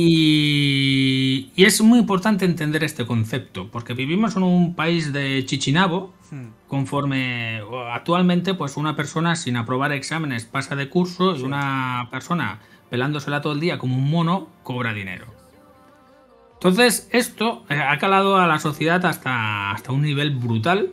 Y es muy importante entender este concepto, porque vivimos en un país de chichinabo, conforme actualmente pues una persona sin aprobar exámenes pasa de curso y una persona pelándosela todo el día como un mono cobra dinero. Entonces esto ha calado a la sociedad hasta un nivel brutal.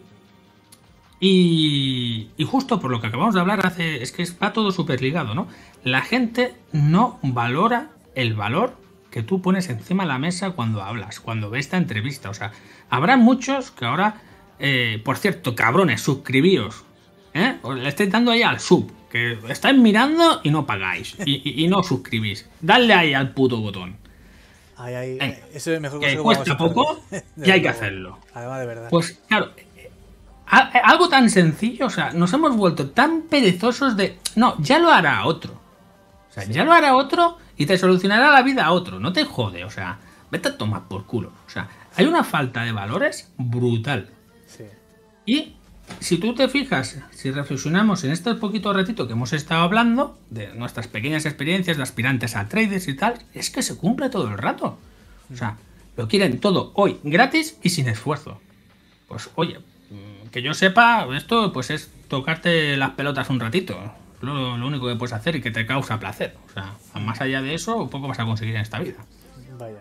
Y justo por lo que acabamos de hablar es que va todo súper ligado, ¿no? La gente no valora el valor que tú pones encima de la mesa cuando hablas, cuando ves esta entrevista. O sea, habrá muchos que ahora, por cierto, cabrones, suscribíos, le estáis dando ahí al sub, que estáis mirando y no pagáis, y no suscribís. Dadle ahí al puto botón. Eso es mejor que cuesta poco y hay que hacerlo. Además, de verdad. Pues claro, algo tan sencillo, o sea, nos hemos vuelto tan perezosos de... No, ya lo hará otro. O sea, ya lo hará otro y te solucionará la vida a otro. No te jode, o sea, vete a tomar por culo. O sea, hay una falta de valores brutal. Sí. Y si tú te fijas, si reflexionamos en este poquito ratito que hemos estado hablando, de nuestras pequeñas experiencias de aspirantes a traders y tal, es que se cumple todo el rato. O sea, lo quieren todo hoy, gratis y sin esfuerzo. Pues oye... Que yo sepa, esto pues es tocarte las pelotas un ratito. Lo único que puedes hacer y que te causa placer. O sea, más allá de eso, poco vas a conseguir en esta vida. Vaya.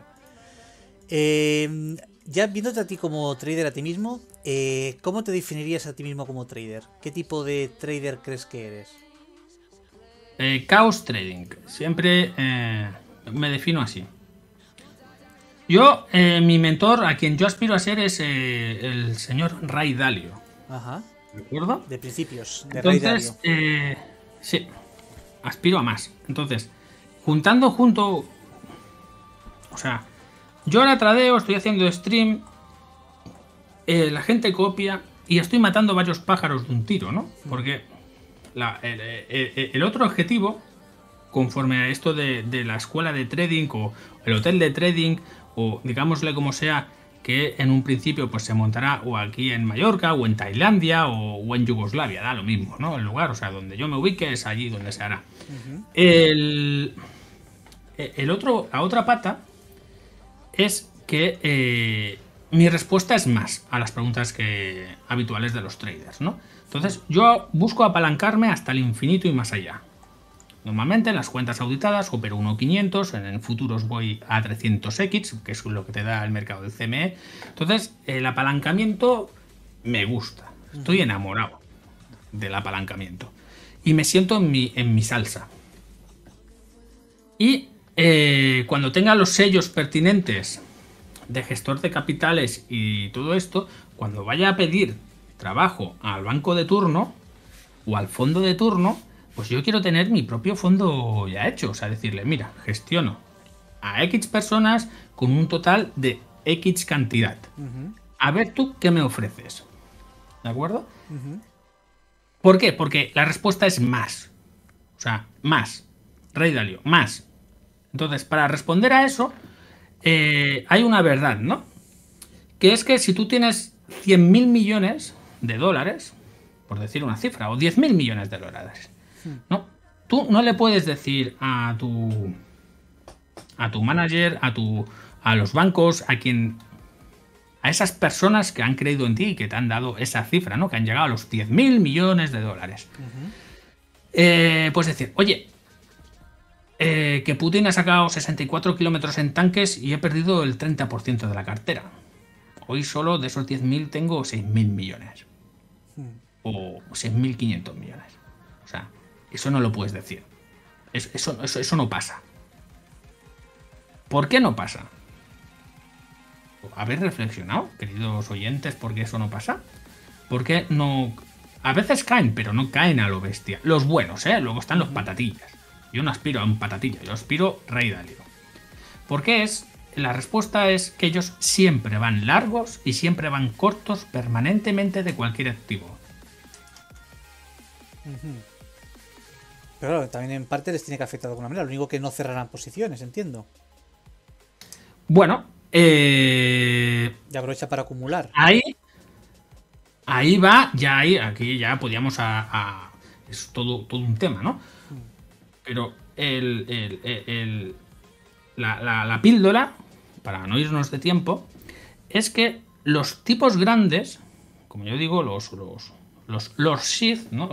Ya viéndote a ti como trader a ti mismo, ¿cómo te definirías a ti mismo como trader? ¿Qué tipo de trader crees que eres? Chaos Trading. Siempre me defino así. Yo, mi mentor, a quien yo aspiro a ser, es el señor Ray Dalio. Ajá. ¿De acuerdo? De principios, de Entonces, Ray Dalio. Sí, aspiro a más. Entonces, o sea, yo ahora tradeo, estoy haciendo stream, la gente copia y estoy matando varios pájaros de un tiro, ¿no? Porque el otro objetivo, conforme a esto de la escuela de trading o el hotel de trading, o digámosle como sea, que en un principio pues se montará o aquí en Mallorca o en Tailandia o en Yugoslavia, da lo mismo, ¿no? El lugar, o sea, donde yo me ubique es allí donde se hará. La otra pata es que mi respuesta es más a las preguntas habituales de los traders, ¿no? Entonces yo busco apalancarme hasta el infinito y más allá. Normalmente en las cuentas auditadas opero 1.500, en futuros voy a 300x, que es lo que te da el mercado del CME. Entonces, el apalancamiento me gusta. Estoy enamorado del apalancamiento. Y me siento en mi salsa. Y cuando tenga los sellos pertinentes de gestor de capitales y todo esto, cuando vaya a pedir trabajo al banco de turno o al fondo de turno, pues yo quiero tener mi propio fondo ya hecho. O sea, decirle, mira, gestiono a X personas con un total de X cantidad. A ver tú qué me ofreces. ¿De acuerdo? ¿Por qué? Porque la respuesta es más. O sea, más. Rey Dalio, más. Entonces, para responder a eso, hay una verdad, ¿no? Que es que si tú tienes 100.000 millones de dólares, por decir una cifra, o 10.000 millones de dólares, ¿no? Tú no le puedes decir a tu manager, a los bancos, a esas personas que han creído en ti y que te han dado esa cifra, ¿no? Que han llegado a los 10.000 millones de dólares. Pues decir, oye, que Putin ha sacado 64 kilómetros en tanques y he perdido el 30% de la cartera. Hoy solo de esos 10.000 tengo 6.000 millones. O 6.500 millones. O sea, eso no lo puedes decir. Eso no pasa. ¿Por qué no pasa? ¿Habéis reflexionado, queridos oyentes, por qué eso no pasa? Porque no... A veces caen, pero no caen a lo bestia. Los buenos, ¿eh? Luego están los patatillas. Yo no aspiro a un patatilla, yo aspiro Rey Dalio. ¿Por qué es? La respuesta es que ellos siempre van largos y siempre van cortos permanentemente de cualquier activo. Pero claro, también en parte les tiene que afectar de alguna manera. Lo único que no cerrarán posiciones, entiendo. Bueno, y aprovecha para acumular. Ahí va, aquí ya podíamos es todo un tema, ¿no? Pero la píldora, para no irnos de tiempo, es que los tipos grandes, como yo digo, los Sith, ¿no?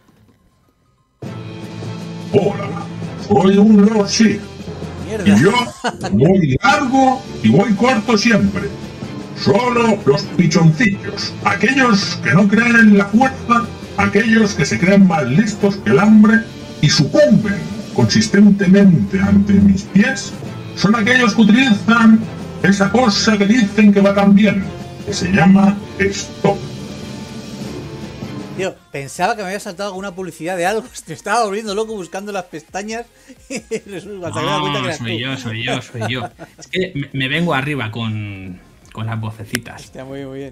Hola, soy un Lord Sith. Mierda. Y yo voy largo y voy corto siempre. Solo los pichoncillos, aquellos que no creen en la fuerza, aquellos que se creen más listos que el hambre y sucumben consistentemente ante mis pies, son aquellos que utilizan esa cosa que dicen que va tan bien, que se llama stop. Tío, pensaba que me había saltado alguna publicidad de algo. Te estaba volviendo loco buscando las pestañas. Y resulta que me da cuenta que eras soy yo. Es que me vengo arriba con las vocecitas. Está muy bien.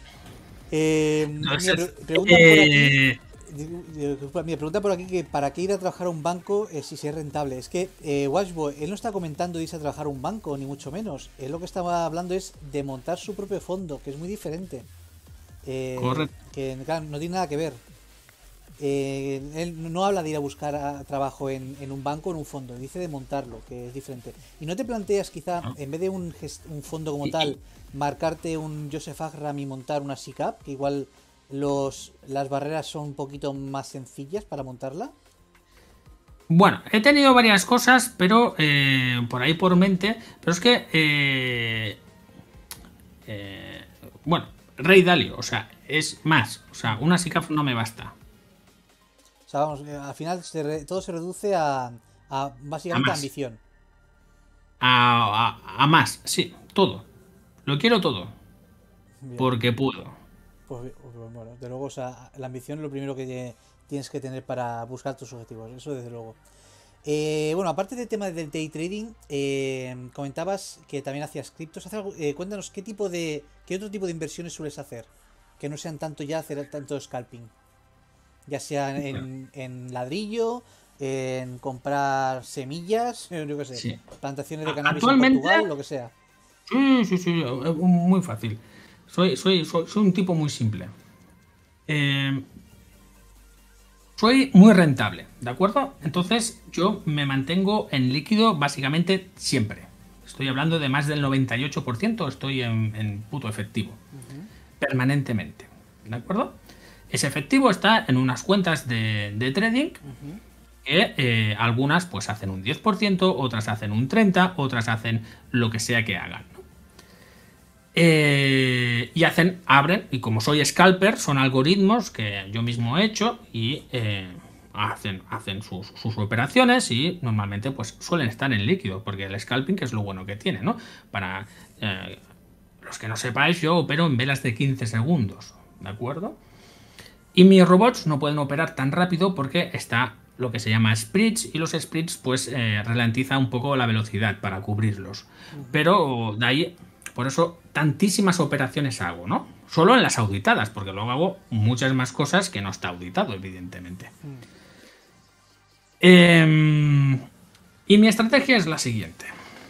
Me pregunta por aquí que para qué ir a trabajar a un banco si es rentable. Es que Washboy, él no está comentando irse a trabajar a un banco, ni mucho menos. Él lo que estaba hablando es de montar su propio fondo, que es muy diferente. Correcto. Que claro, no tiene nada que ver. Él no habla de ir a buscar trabajo en un banco o en un fondo, dice de montarlo, que es diferente. ¿Y no te planteas quizá, en vez de un fondo como tal, marcarte un Joseph Agram y montar una SICAP, que igual las barreras son un poquito más sencillas para montarla? Bueno, he tenido varias cosas, pero por ahí por mente, pero es que bueno, Rey Dalio, o sea, es más, o sea, una SICAP no me basta. O sea, vamos, al final todo se reduce a básicamente a ambición. A más, sí, todo. Lo quiero todo. Bien. Porque puedo. Pues bueno, de luego, o sea, la ambición es lo primero que tienes que tener para buscar tus objetivos, eso desde luego. Bueno, aparte del tema del day trading, comentabas que también hacías criptos. Cuéntanos qué otro tipo de inversiones sueles hacer, que no sean tanto ya hacer tanto scalping, ya sea en ladrillo, en comprar semillas, yo qué sé, sí. Plantaciones de cannabis en Portugal, lo que sea. Sí, muy fácil. Soy un tipo muy simple. Soy muy rentable, ¿de acuerdo? Entonces yo me mantengo en líquido básicamente siempre. Estoy hablando de más del 98%, estoy en puto efectivo. Permanentemente, ¿de acuerdo? Ese efectivo está en unas cuentas de trading que algunas pues hacen un 10%, otras hacen un 30%, otras hacen lo que sea que hagan, ¿no? Y abren, y como soy scalper, son algoritmos que yo mismo he hecho y hacen sus operaciones y normalmente pues suelen estar en líquido, porque el scalping es lo bueno que tiene, ¿no? Para los que no sepáis, yo opero en velas de 15 segundos, ¿de acuerdo? Y mis robots no pueden operar tan rápido porque está lo que se llama splits, y los splits pues ralentiza un poco la velocidad para cubrirlos. Pero de ahí, por eso tantísimas operaciones hago, ¿no? Solo en las auditadas, porque luego hago muchas más cosas que no está auditado, evidentemente. Y mi estrategia es la siguiente.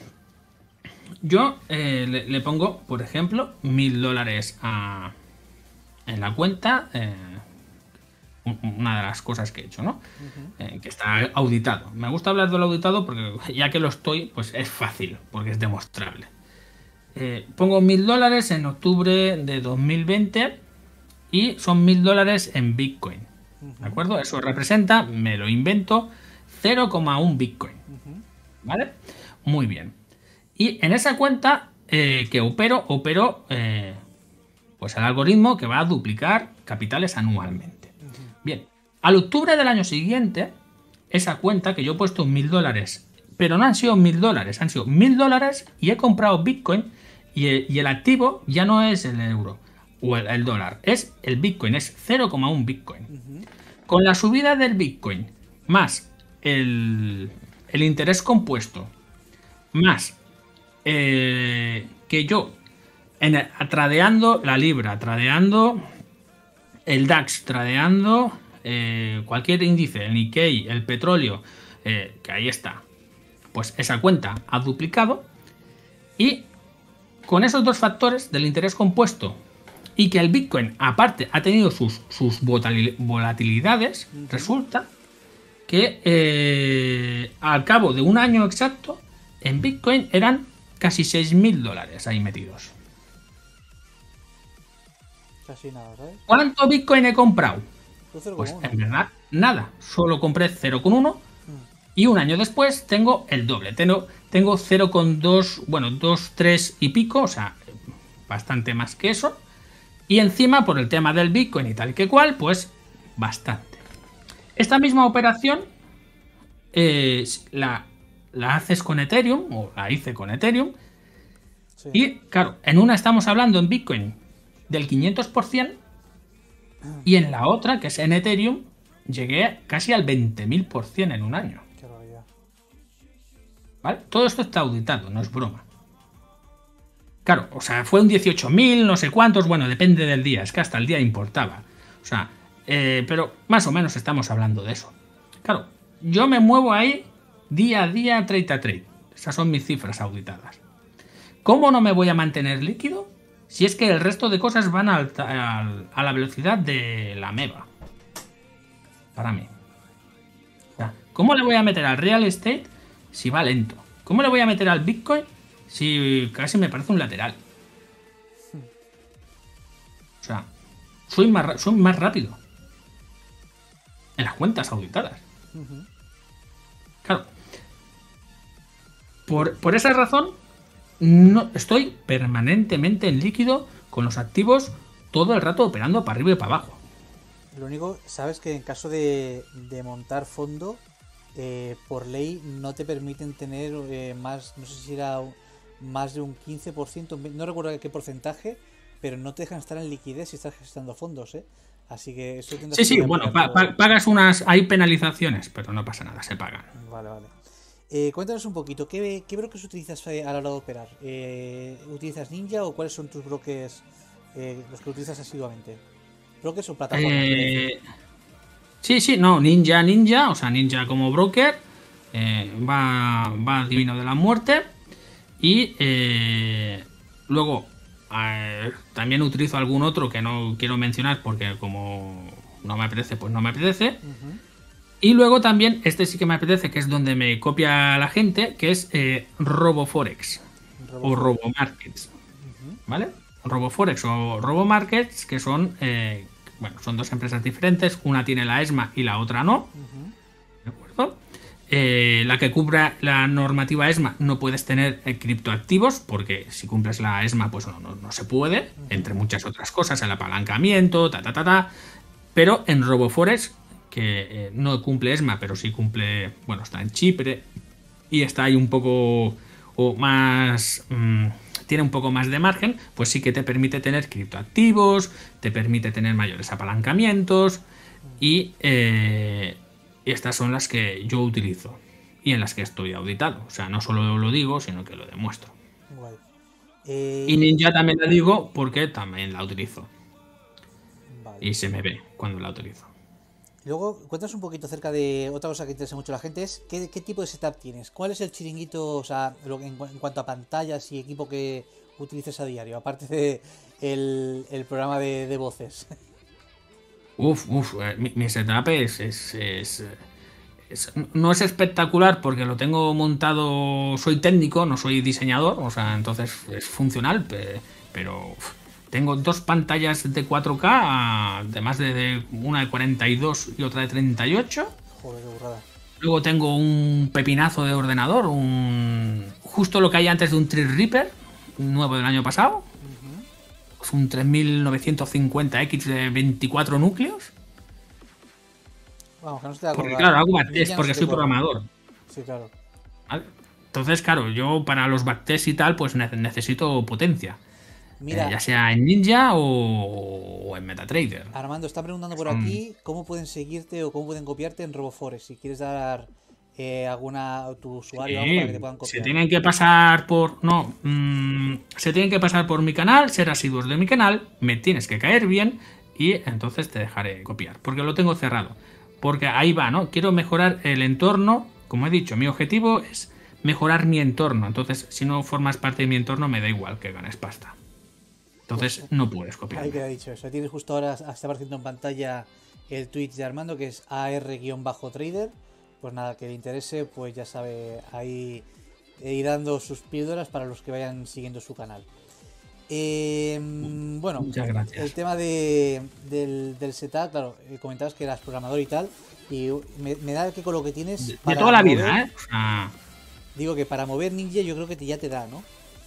Yo le pongo, por ejemplo, $1000 en la cuenta. Una de las cosas que he hecho, ¿no? Que está auditado. Me gusta hablar de lo auditado porque ya que lo estoy, pues es fácil, porque es demostrable. Pongo $1000 en octubre de 2020 y son $1000 en Bitcoin. ¿De acuerdo? Eso representa, me lo invento, 0,1 Bitcoin. ¿Vale? Muy bien. Y en esa cuenta que opero pues el algoritmo que va a duplicar capitales anualmente. Bien, al octubre del año siguiente, esa cuenta que yo he puesto $1000, pero no han sido $1000, han sido $1000 y he comprado Bitcoin y el activo ya no es el euro o el dólar, es el Bitcoin, es 0,1 Bitcoin. Con la subida del Bitcoin más el interés compuesto más que yo tradeando la libra, tradeando el DAX, tradeando cualquier índice, el Nikkei, el petróleo, que ahí está, pues esa cuenta ha duplicado, y con esos dos factores del interés compuesto y que el Bitcoin aparte ha tenido sus volatilidades, resulta que al cabo de un año exacto en Bitcoin eran casi $6000 ahí metidos. Casi nada, ¿sabes? ¿Cuánto Bitcoin he comprado? Pues en verdad, nada. Solo compré 0,1 y un año después tengo el doble. Tengo 0,2, bueno, 2, 3 y pico, o sea, bastante más que eso. Y encima, por el tema del Bitcoin y tal que cual, pues bastante. Esta misma operación la haces con Ethereum, o la hice con Ethereum. Sí. Y claro, en una estamos hablando en Bitcoin del 500%, y en la otra, que es en Ethereum, llegué casi al 20.000% en un año. Qué barbaridad. ¿Vale? Todo esto está auditado, no es broma. Claro, o sea, fue un 18.000, no sé cuántos, bueno, depende del día, es que hasta el día importaba. O sea, pero más o menos estamos hablando de eso. Claro, yo me muevo ahí día a día, trade a trade. Esas son mis cifras auditadas. ¿Cómo no me voy a mantener líquido? Si es que el resto de cosas van a la velocidad de la MEVA. Para mí. O sea, ¿cómo le voy a meter al real estate si va lento? ¿Cómo le voy a meter al Bitcoin si casi me parece un lateral? O sea, soy más rápido en las cuentas auditadas. Claro. Por esa razón, no estoy permanentemente en líquido con los activos todo el rato operando para arriba y para abajo. Lo único, sabes que en caso de montar fondo, por ley no te permiten tener más, no sé si era más de un 15%, no recuerdo qué porcentaje, pero no te dejan estar en liquidez si estás gestando fondos, ¿eh? Así que eso tendrás Sí, bueno, pagas hay penalizaciones, pero no pasa nada, se pagan. Vale. Cuéntanos un poquito, ¿qué brokers utilizas a la hora de operar? ¿Utilizas Ninja o cuáles son tus brokers, los que utilizas asiduamente? ¿Brokers o plataformas? Sí, no, Ninja, o sea, Ninja como broker, va Divino de la Muerte, y luego también utilizo algún otro que no quiero mencionar porque como no me apetece, pues no me apetece. Y luego también, este sí que me apetece, que es donde me copia la gente, que es RoboForex o RoboMarkets. ¿Vale? RoboForex o RoboMarkets, que son, son dos empresas diferentes. Una tiene la ESMA y la otra no. ¿De acuerdo? La que cubra la normativa ESMA no puedes tener criptoactivos, porque si cumples la ESMA pues no se puede, entre muchas otras cosas, el apalancamiento, pero en RoboForex, que no cumple ESMA, pero sí cumple, bueno, está en Chipre y está ahí un poco o más, tiene un poco más de margen, pues sí que te permite tener criptoactivos, te permite tener mayores apalancamientos y estas son las que yo utilizo y en las que estoy auditado. O sea, no solo lo digo, sino que lo demuestro. Guay. Y Ninja también la digo porque también la utilizo. Vale. Y se me ve cuando la utilizo. Luego, cuéntanos un poquito acerca de otra cosa que interesa mucho a la gente, es qué tipo de setup tienes. ¿Cuál es el chiringuito, o sea, en cuanto a pantallas y equipo que utilices a diario, aparte de el programa de voces? Mi setup no es espectacular porque lo tengo montado, soy técnico, no soy diseñador, o sea, entonces es funcional, pero tengo dos pantallas de 4K, además de una de 42 y otra de 38. Joder, qué burrada. Luego tengo un pepinazo de ordenador, justo lo que hay antes de un Threadripper, nuevo del año pasado. Es un 3950X de 24 núcleos. Vamos, que no se te va porque claro, hago backtest porque soy programador. Sí, claro. ¿Vale? Entonces, claro, yo para los backtests y tal, pues necesito potencia. Mira, ya sea en Ninja o en MetaTrader. Armando está preguntando por aquí cómo pueden seguirte o cómo pueden copiarte en RoboForex. Si quieres dar alguna tu usuario algo para que te puedan copiar. Se tienen que pasar por. Se tienen que pasar por mi canal, ser asiduos de mi canal, me tienes que caer bien y entonces te dejaré copiar. Porque lo tengo cerrado. Porque ahí va, ¿no? Quiero mejorar el entorno. Como he dicho, mi objetivo es mejorar mi entorno. Entonces, si no formas parte de mi entorno, me da igual que ganes pasta. Entonces, pues, no puedes copiar. Ahí queda dicho eso. Tienes justo ahora, está apareciendo en pantalla el Twitch de Armando, que es AR-Trader. Pues nada, que le interese, pues ya sabe, ahí ir dando sus píldoras para los que vayan siguiendo su canal. Bueno, muchas gracias. El tema del setup, claro, comentabas que eras programador y tal, y me da que con lo que tienes... De toda la vida, ¿eh? Digo que para mover Ninja yo creo que ya te da, ¿no?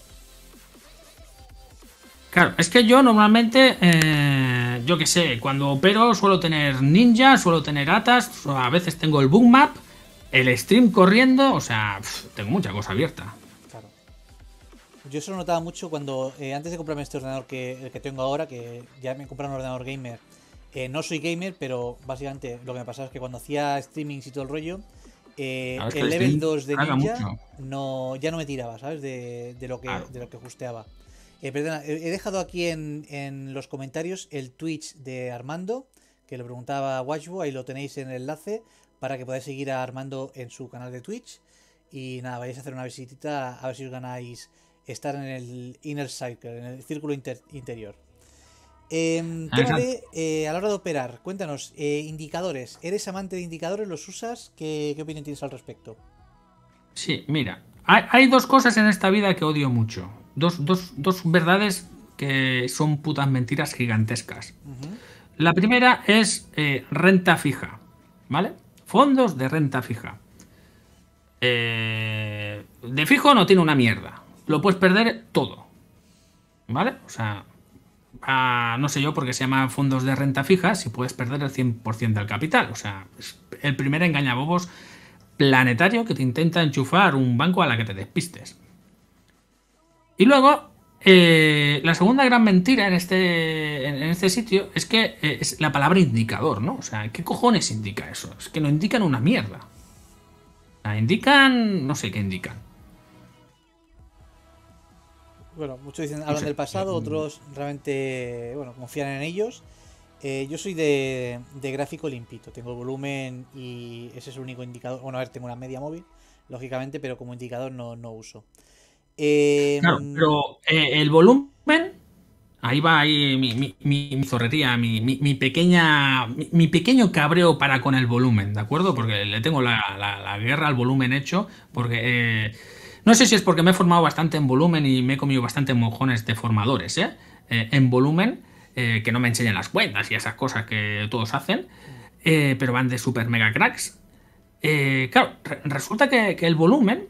Claro, es que yo normalmente, yo que sé, cuando opero suelo tener Ninja, suelo tener ATAS, a veces tengo el Bookmap, el stream corriendo, o sea, tengo mucha cosa abierta. Claro. Yo eso lo notaba mucho cuando, antes de comprarme este ordenador el que tengo ahora, que ya me compré un ordenador gamer. No soy gamer, pero básicamente lo que me pasaba es que cuando hacía streamings y todo el rollo, claro, el level 2 de Ninja ya no me tiraba, ¿sabes? De lo que justeaba. Perdona, he dejado aquí en los comentarios el Twitch de Armando, que lo preguntaba Watchbo, ahí lo tenéis en el enlace para que podáis seguir a Armando en su canal de Twitch. Y nada, vais a hacer una visitita a ver si os ganáis estar en el Inner Circle, en el círculo interior. Tema a la hora de operar, cuéntanos, indicadores, ¿eres amante de indicadores? ¿Los usas? ¿Qué opinión tienes al respecto? Sí, mira, hay dos cosas en esta vida que odio mucho. Dos verdades que son putas mentiras gigantescas. La primera es renta fija, ¿vale? Fondos de renta fija. De fijo no tiene una mierda. Lo puedes perder todo, ¿vale? O sea, no sé yo por qué se llama fondos de renta fija si puedes perder el 100% del capital. O sea, es el primer engañabobos planetario que te intenta enchufar un banco a la que te despistes. Y luego, la segunda gran mentira en este sitio es que es la palabra indicador, ¿no? O sea, ¿qué cojones indica eso? Es que no indican una mierda. O sea, indican... no sé qué indican. Bueno, muchos hablan del pasado, otros realmente, confían en ellos. Yo soy de gráfico limpito, tengo el volumen y ese es el único indicador. Bueno, a ver, tengo una media móvil, lógicamente, pero como indicador no uso. Claro, pero el volumen, ahí va mi zorrería, mi pequeño cabreo para con el volumen, ¿de acuerdo? Porque le tengo la guerra al volumen hecho, porque no sé si es porque me he formado bastante en volumen y me he comido bastante mojones de formadores, en volumen, que no me enseñan las cuentas y esas cosas que todos hacen, pero van de super mega cracks. Claro, resulta que el volumen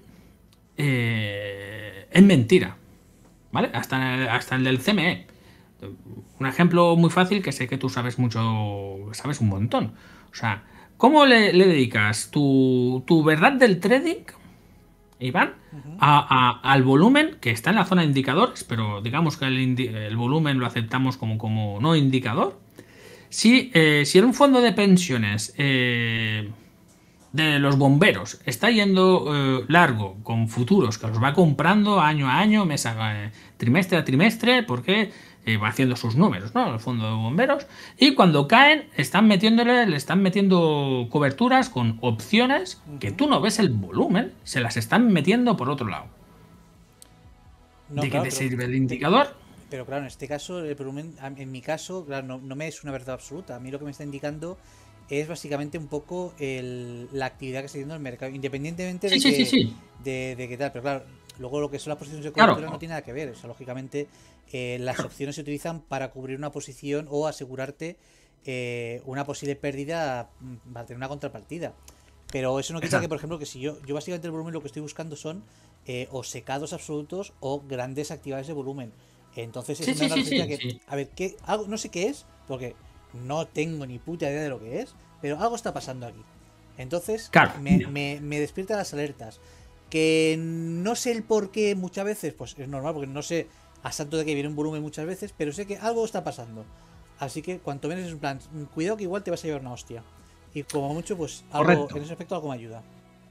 es mentira, ¿vale? Hasta el del CME. Un ejemplo muy fácil que sé que tú sabes mucho, sabes un montón. O sea, ¿cómo le dedicas tu verdad del trading, Iván, al volumen que está en la zona de indicadores, pero digamos que el volumen lo aceptamos como no indicador? Si en un fondo de pensiones de los bomberos está yendo largo con futuros que los va comprando año a año, trimestre a trimestre, porque va haciendo sus números, ¿no? El fondo de bomberos, y cuando caen le están metiendo coberturas con opciones que tú no ves el volumen, se las están metiendo por otro lado. No, ¿De claro, qué te sirve el indicador? Pero claro, en este caso, el volumen, en mi caso, claro, no me es una verdad absoluta. A mí lo que me está indicando es básicamente un poco la actividad que está haciendo el mercado, independientemente de de qué tal. Pero claro, luego lo que son las posiciones de cobertura no tiene nada que ver. O sea, lógicamente, las opciones se utilizan para cubrir una posición o asegurarte una posible pérdida para tener una contrapartida. Pero eso no quita que, por ejemplo, que si yo básicamente el volumen lo que estoy buscando son o secados absolutos o grandes actividades de volumen. Entonces es una que, a ver, algo, no sé qué es, porque no tengo ni puta idea de lo que es, pero algo está pasando aquí. Entonces claro, me despierta las alertas. Que no sé el por qué muchas veces, pues es normal, porque no sé a santo de que viene un volumen muchas veces, pero sé que algo está pasando. Así que cuanto menos es un plan, cuidado que igual te vas a llevar una hostia. Y como mucho, pues algo, en ese aspecto algo me ayuda.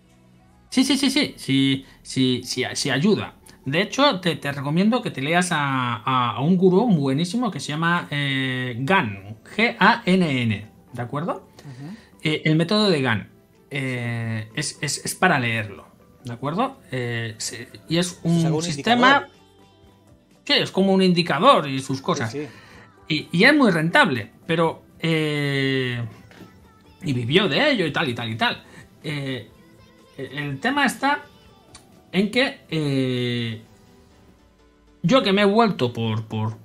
Sí, ayuda. De hecho, te recomiendo que te leas a un gurú buenísimo que se llama Gann, Gann, ¿de acuerdo? El método de Gann es para leerlo, ¿de acuerdo? Y es un sistema que es como un indicador y sus cosas. Sí. Y es muy rentable, pero y vivió de ello y tal. El tema está en que yo que me he vuelto por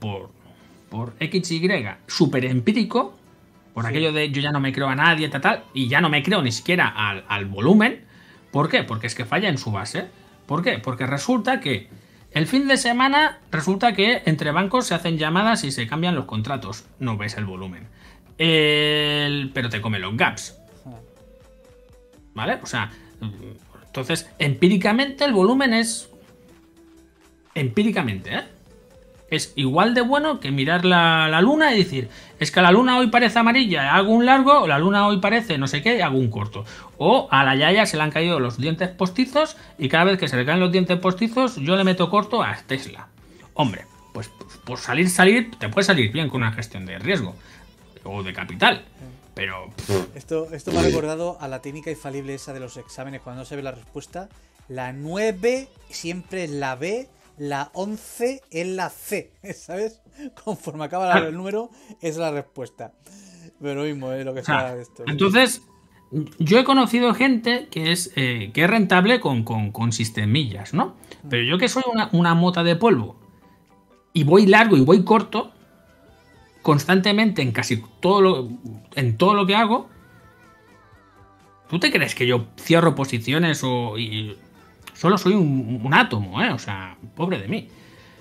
XY súper empírico, por aquello de yo ya no me creo a nadie, y ya no me creo ni siquiera al volumen. ¿Por qué? Porque es que falla en su base. ¿Por qué? Porque resulta que el fin de semana entre bancos se hacen llamadas y se cambian los contratos. No ves el volumen. Pero te come los gaps. ¿Vale? O sea, entonces, empíricamente el volumen es... Empíricamente, es igual de bueno que mirar la luna y decir, es que la luna hoy parece amarilla, hago un largo, o la luna hoy parece no sé qué, hago un corto. O a la Yaya se le han caído los dientes postizos y cada vez que se le caen los dientes postizos yo le meto corto a Tesla. Hombre, pues por salir, te puede salir bien con una gestión de riesgo o de capital. Pero... Esto me ha recordado a la técnica infalible esa de los exámenes cuando no se ve la respuesta. La 9 siempre es la B, la 11 es la C, ¿sabes? Conforme acaba el número es la respuesta. Pero lo mismo, lo que está de esto. Entonces, yo he conocido gente que es rentable con sistemillas, ¿no? Pero yo que soy una mota de polvo y voy largo y voy corto constantemente en todo lo que hago. ¿Tú te crees que yo cierro posiciones y solo soy un átomo, o sea, pobre de mí?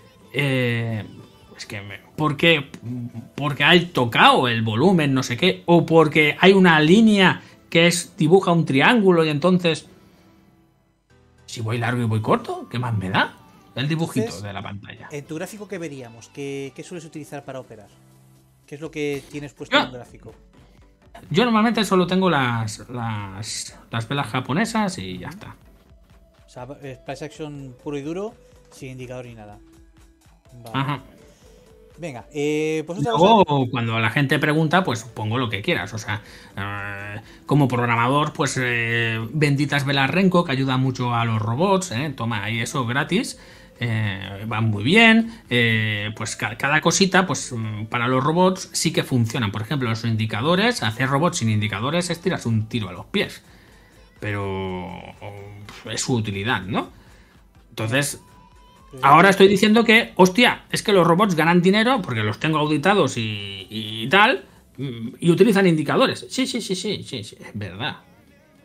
Es que porque hay tocado el volumen, no sé qué, o porque hay una línea que dibuja un triángulo y entonces si voy largo y voy corto, ¿qué más me da? El dibujito entonces, de la pantalla. En tu gráfico, ¿qué veríamos? ¿Qué sueles utilizar para operar? ¿Qué es lo que tienes puesto en el gráfico? Yo normalmente solo tengo las velas japonesas y ya está. O sea, price action puro y duro, sin indicador ni nada. Vale. Ajá. Venga, pues otra cosa. Cuando la gente pregunta, pues pongo lo que quieras. O sea, como programador, pues benditas velas Renko, que ayuda mucho a los robots. Toma ahí eso gratis. Van muy bien, pues cada cosita, pues para los robots sí que funcionan. Por ejemplo, los indicadores, hacer robots sin indicadores es tirarse un tiro a los pies, pero es su utilidad, ¿no? Entonces, ahora estoy diciendo que, hostia, es que los robots ganan dinero porque los tengo auditados y tal, y utilizan indicadores. Sí, es verdad.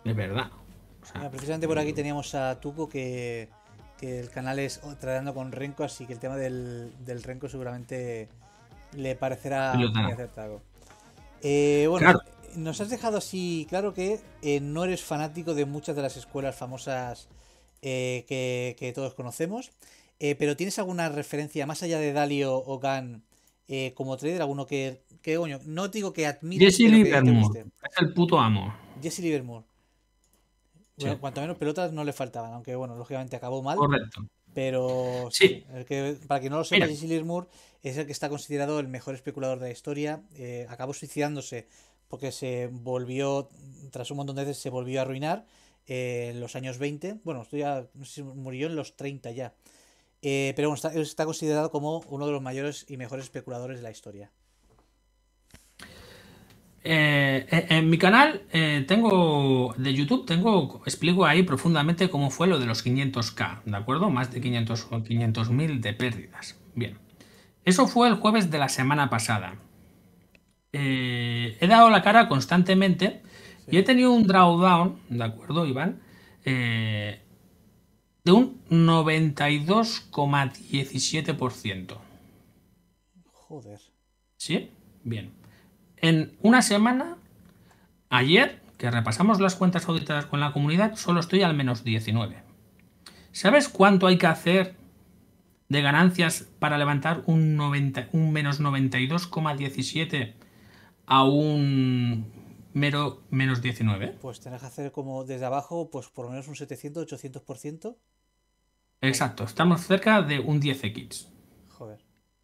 de verdad. O sea, Mira, precisamente por aquí teníamos a Tuco que el canal es Tratando con Renko, así que el tema del Renko seguramente le parecerá muy acertado. Bueno, claro. nos has dejado así claro que no eres fanático de muchas de las escuelas famosas que todos conocemos, pero ¿tienes alguna referencia más allá de Dalio o Gan como trader? ¿Alguno coño, no te digo que admires, Jesse pero que te Livermore guste? es el puto amo. Jesse Livermore. Bueno, Sí, cuanto menos pelotas no le faltaban, aunque bueno, lógicamente acabó mal. correcto. Pero sí, sí. Sí, Para quien no lo sepa, mira, Jesse Livermore es el que está considerado el mejor especulador de la historia. Acabó suicidándose porque se volvió, tras un montón de veces, se volvió a arruinar en los años 20. Bueno, esto ya, no sé si murió en los 30 ya. Pero bueno, está considerado como uno de los mayores y mejores especuladores de la historia. en mi canal de YouTube explico ahí profundamente cómo fue lo de los 500K, ¿de acuerdo? Más de 500.000 de pérdidas. Bien, eso fue el jueves de la semana pasada. He dado la cara constantemente y he Sí. tenido un drawdown, ¿de acuerdo, Iván? Eh, de un 92,17%. Joder. ¿Sí? Bien. En una semana, ayer, que repasamos las cuentas auditadas con la comunidad, solo estoy al menos 19. ¿Sabes cuánto hay que hacer de ganancias para levantar un menos 92,17 a un mero menos 19? Pues tenés que hacer como desde abajo, pues por lo menos un 700-800%. Exacto, estamos cerca de un 10x. Joder.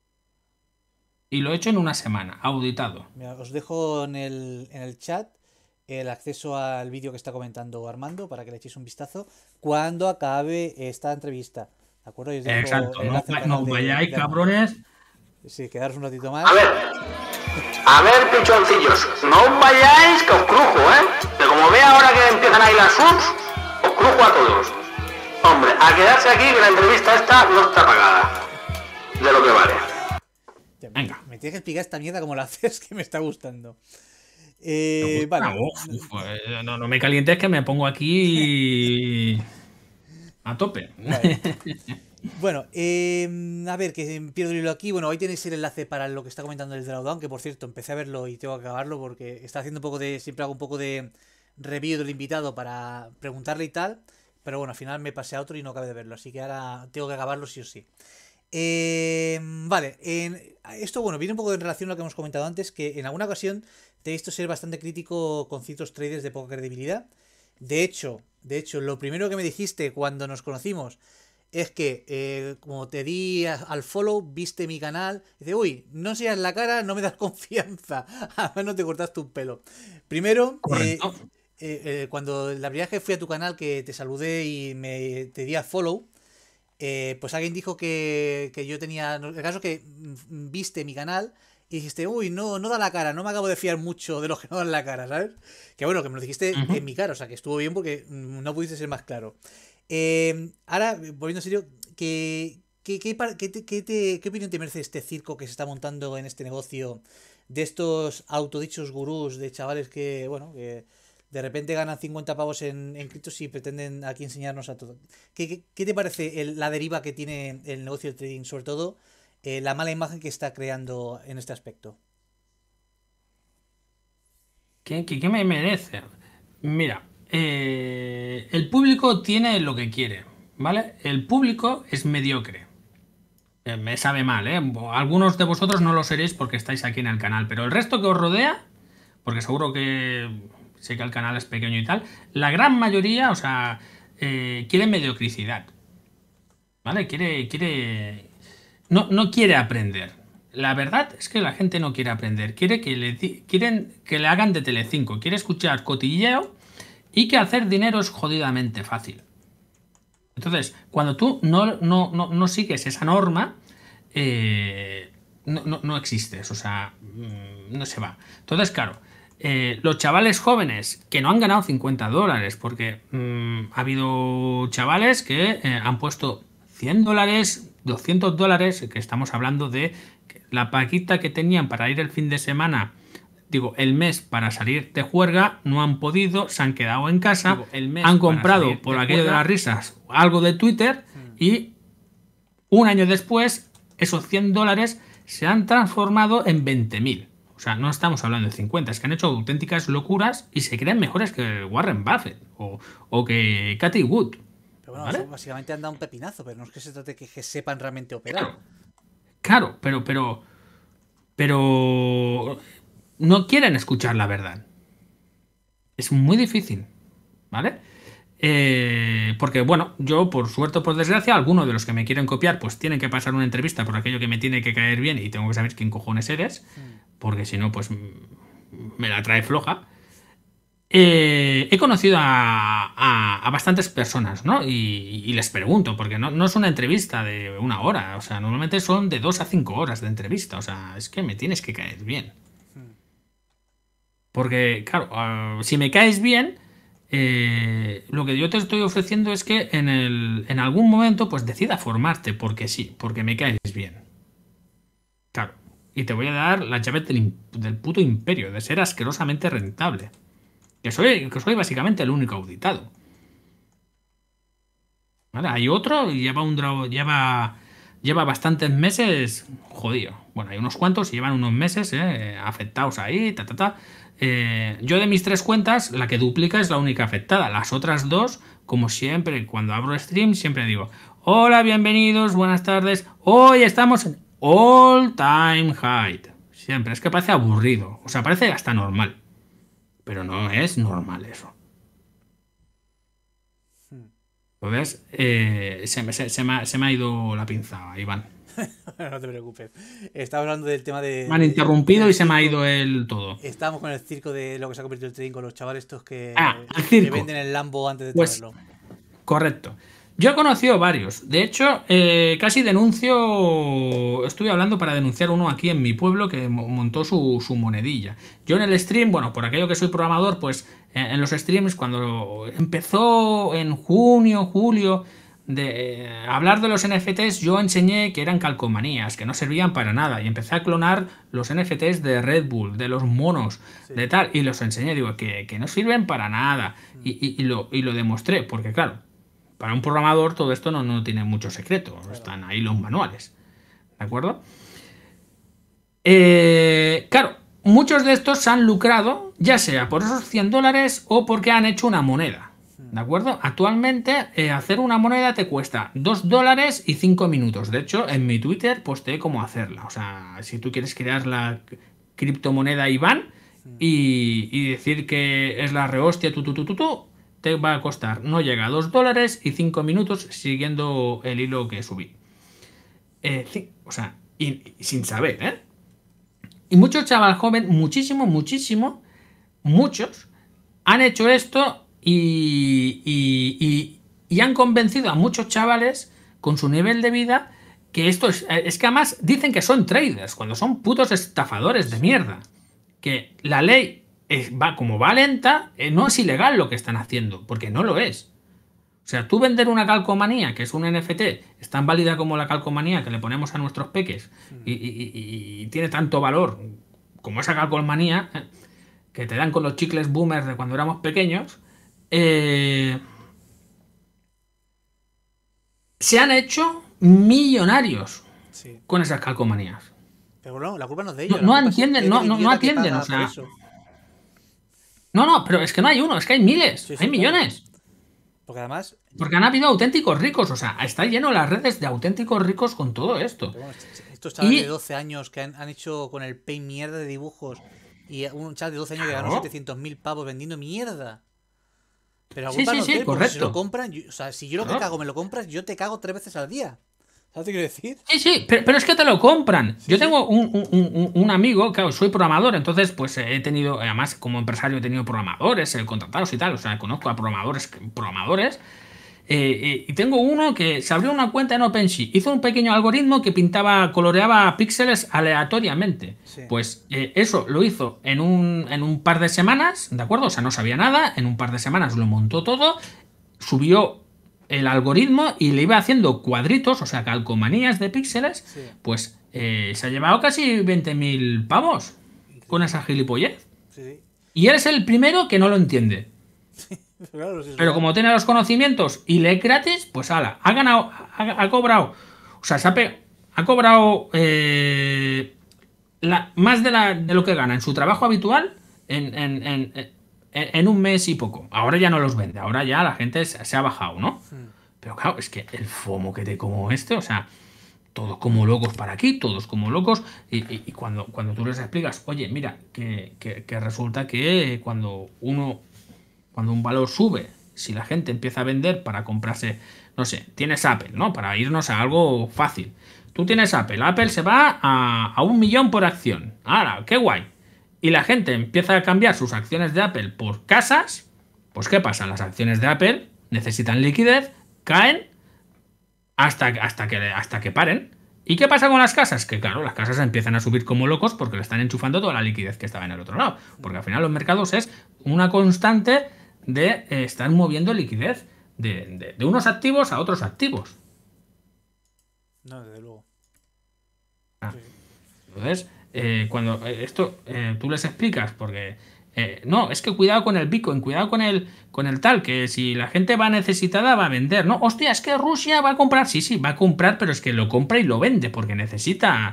Y lo he hecho en una semana, auditado. Mira, os dejo en el chat el acceso al vídeo que está comentando Armando para que le echéis un vistazo cuando acabe esta entrevista. ¿De acuerdo? Y os dejo Exacto, el no, enlace al canal no vayáis, de Armando. cabrones. Sí, quedaros un ratito A más. ver, pichoncillos, no os vayáis que os crujo, ¿eh? Que como ve ahora que empiezan ahí las subs, os crujo a todos. Hombre, a quedarse aquí que la entrevista esta no está pagada. De lo que vale. Hostia, Venga. Me tienes que explicar esta mierda como la haces, que me está gustando. Me gusta, Vale. pues, no me calientes que me pongo aquí a tope. Vale. Bueno, a ver, que pierdo el hilo aquí. Bueno, hoy tenéis el enlace para lo que está comentando el Drawdown, que por cierto, empecé a verlo y tengo que acabarlo porque está haciendo un poco de. Siempre hago un poco de review del invitado para preguntarle y tal. Pero bueno, al final me pasé a otro y no acabé de verlo, así que ahora tengo que acabarlo sí o sí. Vale, esto bueno, viene un poco en relación a lo que hemos comentado antes, que en alguna ocasión te he visto ser bastante crítico con ciertos traders de poca credibilidad. De hecho, lo primero que me dijiste cuando nos conocimos es que como te di al follow, viste mi canal, dice, uy, no enseñas la cara, no me das confianza, además no te cortaste un pelo. Primero, Correcto. cuando la primera vez que fui a tu canal que te saludé y te di al follow, pues alguien dijo que yo tenía. El caso que viste mi canal y dijiste, uy, no da la cara, no me acabo de fiar mucho de los que no dan la cara, ¿sabes? Que bueno, que me lo dijiste en mi cara, o sea, que estuvo bien porque no pudiste ser más claro. Ahora, volviendo en serio, ¿qué opinión te merece este circo que se está montando en este negocio de estos autodichos gurús de chavales que, bueno, que de repente ganan 50 pavos en criptos y pretenden aquí enseñarnos a todo? ¿Qué te parece la deriva que tiene el negocio del trading? Sobre todo, la mala imagen que está creando en este aspecto. ¿Qué me merece? Mira, el público tiene lo que quiere, ¿vale? El público es mediocre. Me sabe mal, ¿eh? Algunos de vosotros no lo seréis porque estáis aquí en el canal, pero el resto que os rodea, porque seguro que sé que el canal es pequeño y tal, la gran mayoría, o sea, quiere mediocricidad, ¿vale? No quiere aprender. La verdad es que la gente no quiere aprender, quieren que le hagan de Telecinco, quiere escuchar cotilleo y que hacer dinero es jodidamente fácil. Entonces, cuando tú no sigues esa norma, no existes, o sea, no se va. Entonces, claro, los chavales jóvenes que no han ganado $50, porque ha habido chavales que han puesto $100, $200, que estamos hablando de la paquita que tenían para ir el fin de semana Digo, el mes para salir de juerga no han podido, se han quedado en casa, digo, el mes han comprado por aquello de las risas algo de Twitter y un año después esos $100 se han transformado en 20.000. O sea, no estamos hablando de 50, es que han hecho auténticas locuras y se creen mejores que Warren Buffett o que Cathy Wood. Pero bueno, ¿vale? Básicamente han dado un pepinazo, pero no es que se trate que sepan realmente operar. Claro, pero no quieren escuchar la verdad. Es muy difícil, ¿vale? Porque, bueno, yo, por suerte o por desgracia, algunos de los que me quieren copiar, pues tienen que pasar una entrevista por aquello que me tiene que caer bien y tengo que saber quién cojones eres, porque si no, pues me la trae floja. He conocido a bastantes personas, ¿no? Y les pregunto, porque no es una entrevista de 1 hora, o sea, normalmente son de 2 a 5 horas de entrevista, o sea, es que me tienes que caer bien. Porque, claro, si me caes bien, lo que yo te estoy ofreciendo es que en algún momento pues decida formarte, porque sí, porque me caes bien. Claro, y te voy a dar las llaves del puto imperio, de ser asquerosamente rentable. Que soy básicamente el único auditado. ¿Vale? Hay otro y lleva bastantes meses jodido. Bueno, hay unos cuantos y llevan unos meses afectados ahí, yo de mis 3 cuentas, la que duplica es la única afectada. Las otras 2, como siempre, cuando abro stream, siempre digo: hola, bienvenidos, buenas tardes. Hoy estamos en all time high. Siempre, es que parece aburrido. O sea, parece hasta normal. Pero no es normal eso. Entonces, se me ha ido la pinza, Iván. No te preocupes. Estaba hablando del tema de... Me han interrumpido y se me ha ido el todo. Estábamos con el circo de lo que se ha convertido el trading con los chavales estos que venden el Lambo antes de tenerlo. Correcto. Yo he conocido varios. De hecho, casi denuncio... Estuve hablando para denunciar uno aquí en mi pueblo que montó su monedilla. Yo en el stream, bueno, por aquello que soy programador, pues en los streams, cuando empezó en junio, julio... de hablar de los NFTs, yo enseñé que eran calcomanías, que no servían para nada, y empecé a clonar los NFTs de Red Bull, de los monos, de tal, y los enseñé, digo, que no sirven para nada, y lo demostré, porque claro, para un programador todo esto no tiene mucho secreto, están ahí los manuales, ¿de acuerdo? Claro, muchos de estos se han lucrado, ya sea por esos $100 o porque han hecho una moneda. ¿De acuerdo? Actualmente hacer una moneda te cuesta $2 y 5 minutos. De hecho, en mi Twitter posteé cómo hacerla. O sea, si tú quieres crear la criptomoneda Iván y decir que es la rehostia, te va a costar. No llega a $2 y 5 minutos siguiendo el hilo que subí. O sea, y sin saber, ¿eh? Y muchos chavales jóvenes, muchísimo, muchos han hecho esto. Y han convencido a muchos chavales con su nivel de vida que esto es que además dicen que son traders cuando son putos estafadores de mierda, que la ley va lenta, no es ilegal lo que están haciendo, porque no lo es. O sea, tú vender una calcomanía que es un NFT es tan válida como la calcomanía que le ponemos a nuestros peques y tiene tanto valor como esa calcomanía que te dan con los chicles boomers de cuando éramos pequeños. Se han hecho millonarios con esas calcomanías. Pero no, la culpa no es de ellos. No atienden, no atienden. O sea, no, pero es que no hay uno, es que hay miles, hay millones. Porque además... Porque han habido auténticos ricos, o sea, está lleno las redes de auténticos ricos con todo esto. Bueno, estos chavales de 12 años que han hecho con el Paint mierda de dibujos y un chaval de 12 años que ganó 700.000 pavos vendiendo mierda. Pero sí, correcto. Si lo compran, o sea, si yo lo que cago me lo compras, yo te cago 3 veces al día. ¿Sabes qué quiero decir? Sí, pero es que te lo compran. Yo tengo un amigo, claro, soy programador, entonces pues he tenido, además como empresario he tenido programadores contratados y tal, o sea, conozco a programadores, y tengo uno que se abrió una cuenta en OpenSea, hizo un pequeño algoritmo que coloreaba píxeles aleatoriamente. Sí. Pues eso lo hizo en un par de semanas, ¿de acuerdo? O sea, no sabía nada, en un par de semanas lo montó todo, subió el algoritmo y le iba haciendo cuadritos, o sea, calcomanías de píxeles, pues se ha llevado casi 20.000 pavos. con esa gilipollez. Sí. Y él es el primero que no lo entiende. Claro, sí, Pero como tiene los conocimientos y lee gratis, pues ala, ha ganado, ha cobrado. O sea, ha cobrado más de lo que gana en su trabajo habitual en un mes y poco. Ahora ya no los vende, ahora ya la gente se ha bajado, ¿no? Pero claro, es que el FOMO que te como o sea, todos como locos para aquí, todos como locos. Y cuando tú les explicas, oye, mira, que resulta que cuando un valor sube, si la gente empieza a vender para comprarse, no sé, tienes Apple, ¿no? Para irnos a algo fácil. Tú tienes Apple se va a 1 millón por acción. ¡Hala, qué guay! Y la gente empieza a cambiar sus acciones de Apple por casas, pues ¿qué pasa? Las acciones de Apple necesitan liquidez, caen hasta que paren. ¿Y qué pasa con las casas? Que claro, las casas empiezan a subir como locos porque le están enchufando toda la liquidez que estaba en el otro lado. Porque al final los mercados es una constante de estar moviendo liquidez de unos activos a otros activos. No, desde luego. Entonces, cuando esto tú les explicas, porque no, es que cuidado con el Bitcoin, cuidado con el tal, que si la gente va necesitada va a vender, ¿no? Hostia, es que Rusia va a comprar, sí, va a comprar, pero es que lo compra y lo vende, porque necesita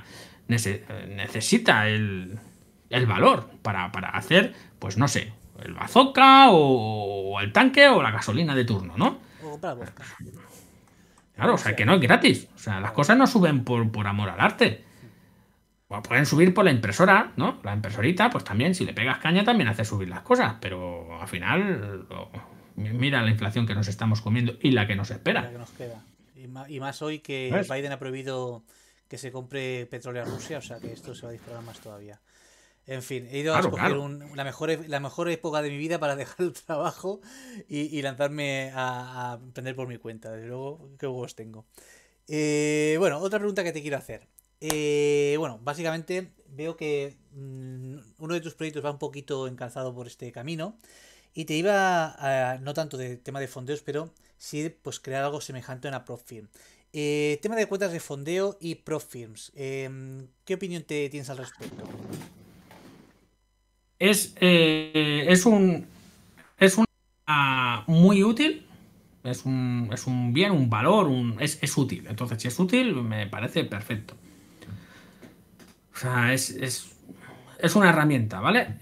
el valor para hacer, pues no sé, el bazooka o el tanque o la gasolina de turno, ¿no? O comprar vodka. Claro, o sea, que no es gratis. O sea, las cosas no suben por amor al arte. O pueden subir por la impresora, ¿no? La impresorita, pues también, si le pegas caña, también hace subir las cosas. Pero al final, mira la inflación que nos estamos comiendo y la que nos espera. La que nos queda. Y más hoy que ¿Ves? Biden ha prohibido que se compre petróleo a Rusia, o sea que esto se va a disparar más todavía. En fin, he ido a escoger la mejor época de mi vida para dejar el trabajo y lanzarme a emprender por mi cuenta. Desde luego, qué huevos tengo. Bueno, otra pregunta que te quiero hacer. Bueno, básicamente veo que uno de tus proyectos va un poquito encalzado por este camino y te iba a, no tanto de tema de fondeos, pero sí pues crear algo semejante a una prop firm. Tema de cuentas de fondeo y prop firms. ¿Qué opinión tienes al respecto? Es muy útil, es un bien, un valor, es útil. Entonces, si es útil, me parece perfecto. O sea, es una herramienta, ¿vale?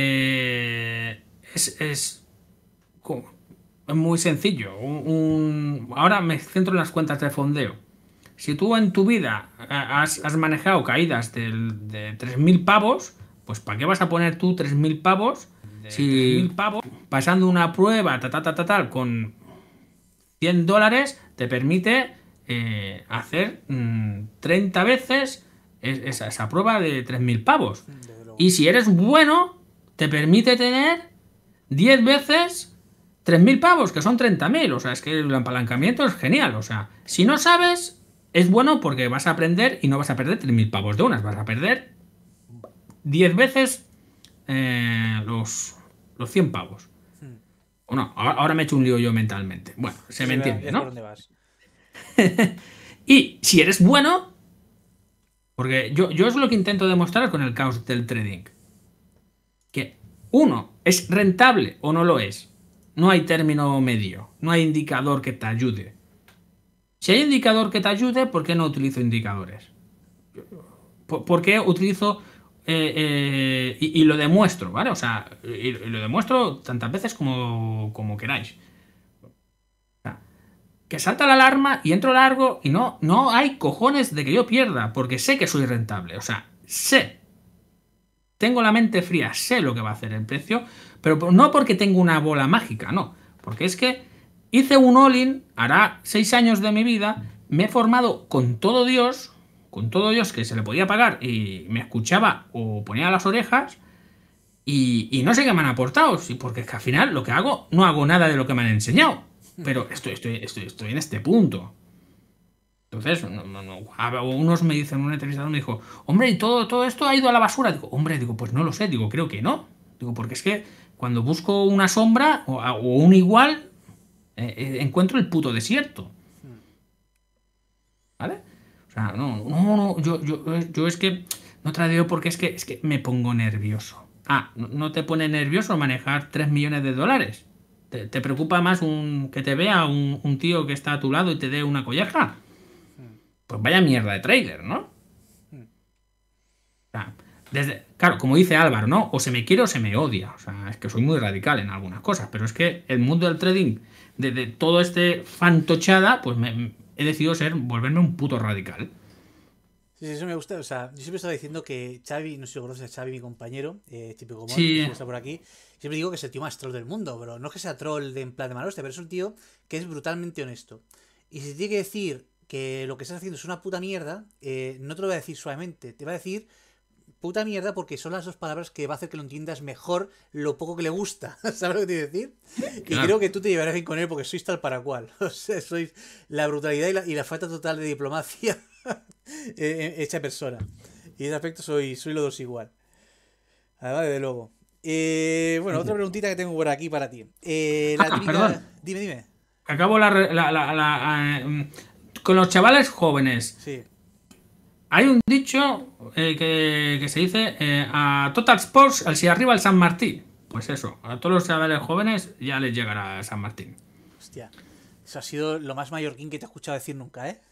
Es muy sencillo. Ahora me centro en las cuentas de fondeo. Si tú en tu vida has manejado caídas de 3.000 pavos, pues ¿para qué vas a poner tú 3.000 pavos si 3.000 pavos pasando una prueba tal con $100 te permite hacer 30 veces esa prueba de 3.000 pavos? Y si eres bueno, te permite tener 10 veces 3.000 pavos, que son 30.000. O sea, es que el apalancamiento es genial. O sea, si no sabes, es bueno porque vas a aprender y no vas a perder 3.000 pavos de unas, vas a perder 10 veces los 100 pavos. Bueno, ahora me he hecho un lío yo mentalmente. Bueno, se me entiende, ¿no? ¿Dónde vas? Y si eres bueno, porque yo es lo que intento demostrar con el caos del trading, que uno es rentable o no lo es. No hay término medio, no hay indicador que te ayude. Si hay indicador que te ayude, ¿por qué no utilizo indicadores? ¿Por qué utilizo y lo demuestro, ¿vale? O sea, y lo demuestro tantas veces como queráis. O sea, que salta la alarma y entro largo y no hay cojones de que yo pierda, porque sé que soy rentable. O sea, sé. Tengo la mente fría, sé lo que va a hacer el precio, pero no porque tengo una bola mágica, no. Porque es que hice un all-in, hará 6 años de mi vida, me he formado con todo Dios que se le podía pagar y me escuchaba o ponía las orejas y no sé qué me han aportado, porque es que al final lo que hago, no hago nada de lo que me han enseñado, pero estoy en este punto. Entonces, unos me dicen, un entrevistador me dijo, hombre, ¿y todo esto ha ido a la basura? Digo, hombre, pues no lo sé, creo que no. Digo, porque es que cuando busco una sombra o un igual, encuentro el puto desierto. ¿Vale? O sea, no, yo es que No tradeo porque es que me pongo nervioso. Ah, ¿no te pone nervioso manejar 3 millones de dólares? ¿Te preocupa más que te vea un tío que está a tu lado y te dé una colleja? Mm, Pues vaya mierda de trader, ¿no? mm. O sea, claro, como dice Álvaro, ¿no? O se me quiere o se me odia. O sea, es que soy muy radical en algunas cosas, pero es que el mundo del trading, de todo este fantochada, pues he decidido volverme un puto radical. Sí, sí, eso me gusta. O sea, yo siempre estaba diciendo que Xavi, no sé si lo conoces a Xavi, mi compañero, típico mod, que Sí, suele estar por aquí. Siempre digo que es el tío más troll del mundo, pero no es que sea troll de en plan de maloste, pero es un tío que es brutalmente honesto. Y si te tiene que decir que lo que estás haciendo es una puta mierda, no te lo va a decir suavemente, te va a decir puta mierda porque son las dos palabras que va a hacer que lo entiendas mejor lo poco que le gusta. ¿Sabes lo que te quiero decir? Y claro. creo que tú te llevarás bien con él porque sois tal para cual. O sea, sois la brutalidad y la falta total de diplomacia hecha persona. Y en ese aspecto soy los dos igual. Además, desde luego. Bueno, otra preguntita que tengo por aquí para ti. La Perdón. típica. Dime, dime. Acabo con los chavales jóvenes. Sí. Hay un dicho que se dice a Total Sports, al si arriba el San Martín. Pues eso, a todos los chavales jóvenes ya les llegará San Martín. Hostia. Eso ha sido lo más mallorquín que te he escuchado decir nunca, ¿eh?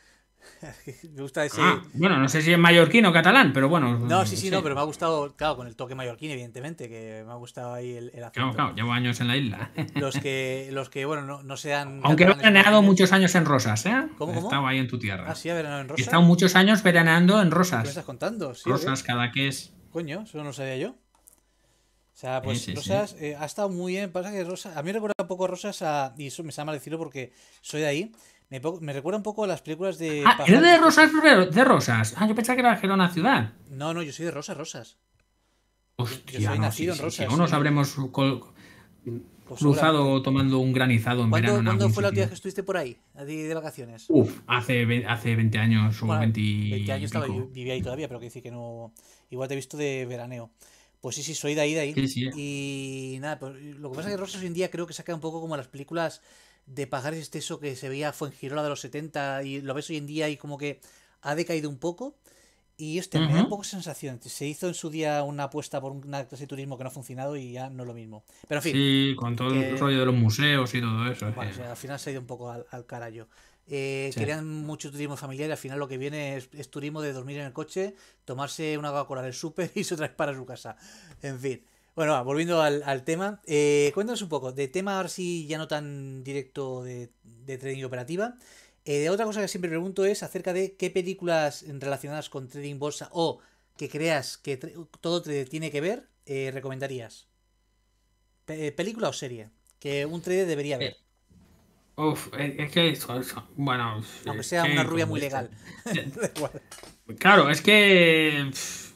Me gusta ese. Bueno, no sé si es mallorquín o catalán, pero bueno. No, sí, sí. no, pero me ha gustado, claro, con el toque mallorquín, evidentemente, que me ha gustado ahí el acento. Claro, llevo años en la isla. Los que bueno, no sean. Aunque he catalanes, veraneado madrileños. muchos años en Rosas, ¿eh? ¿Cómo? He estado ahí en tu tierra. Ah, sí, a ver, no, en He Rosa. estado muchos años veraneando en ¿Qué me estás Rosas. contando? Sí, Rosas, ¿ves? Cadaqués. Coño, eso no lo sabía yo. O sea, pues Sí. Rosas ha estado muy bien. Pasa que Rosas, a mí me recuerda un poco a Rosas y eso me sabe mal decirlo porque soy de ahí. Me recuerda un poco a las películas de ¿Eres de pajares. Rosas? ¿De Rosas? Yo pensaba que era de Gerona ciudad. No, yo soy de Rosas. Yo Hostia, soy no, nacido en sí. Rosas. Aún nos habremos Pues cruzado seguramente. tomando un granizado en verano en ¿Cuándo algún fue la última vez sitio. que estuviste por ahí? De vacaciones. Hace 20 años o Bueno, 20 20 y años estaba, yo pico. vivía ahí todavía, pero que decir que no. Igual te he visto de veraneo. Pues sí, soy de ahí. Sí. Y nada, pues, lo que pasa es que Rosas hoy en día creo que saca un poco como las películas de Pajares Esteso que se veía Fuengirola de los 70 y lo ves hoy en día y como que ha decaído un poco. Y hostia, me da un Ujú. poco esa sensación. Se hizo en su día una apuesta por una clase de turismo que no ha funcionado y ya no es lo mismo. Pero en fin, Sí, con todo el que rollo de los museos y todo eso. bueno, o sea, al final se ha ido un poco al carajo. Sí. Querían mucho turismo familiar y al final lo que viene es turismo de dormir en el coche, tomarse una Coca-Cola del súper y irse otra vez para su casa. En fin. Bueno, volviendo al tema. Cuéntanos un poco de tema, ahora sí, ya no tan directo de trading operativa. Otra cosa que siempre pregunto es acerca de qué películas relacionadas con trading bolsa o que creas que todo tiene que ver, recomendarías. ¿Película o serie? Que un trader debería ver. Eh, es que bueno, Aunque sea una que rubia como muy esto. legal. Da igual. Claro, es que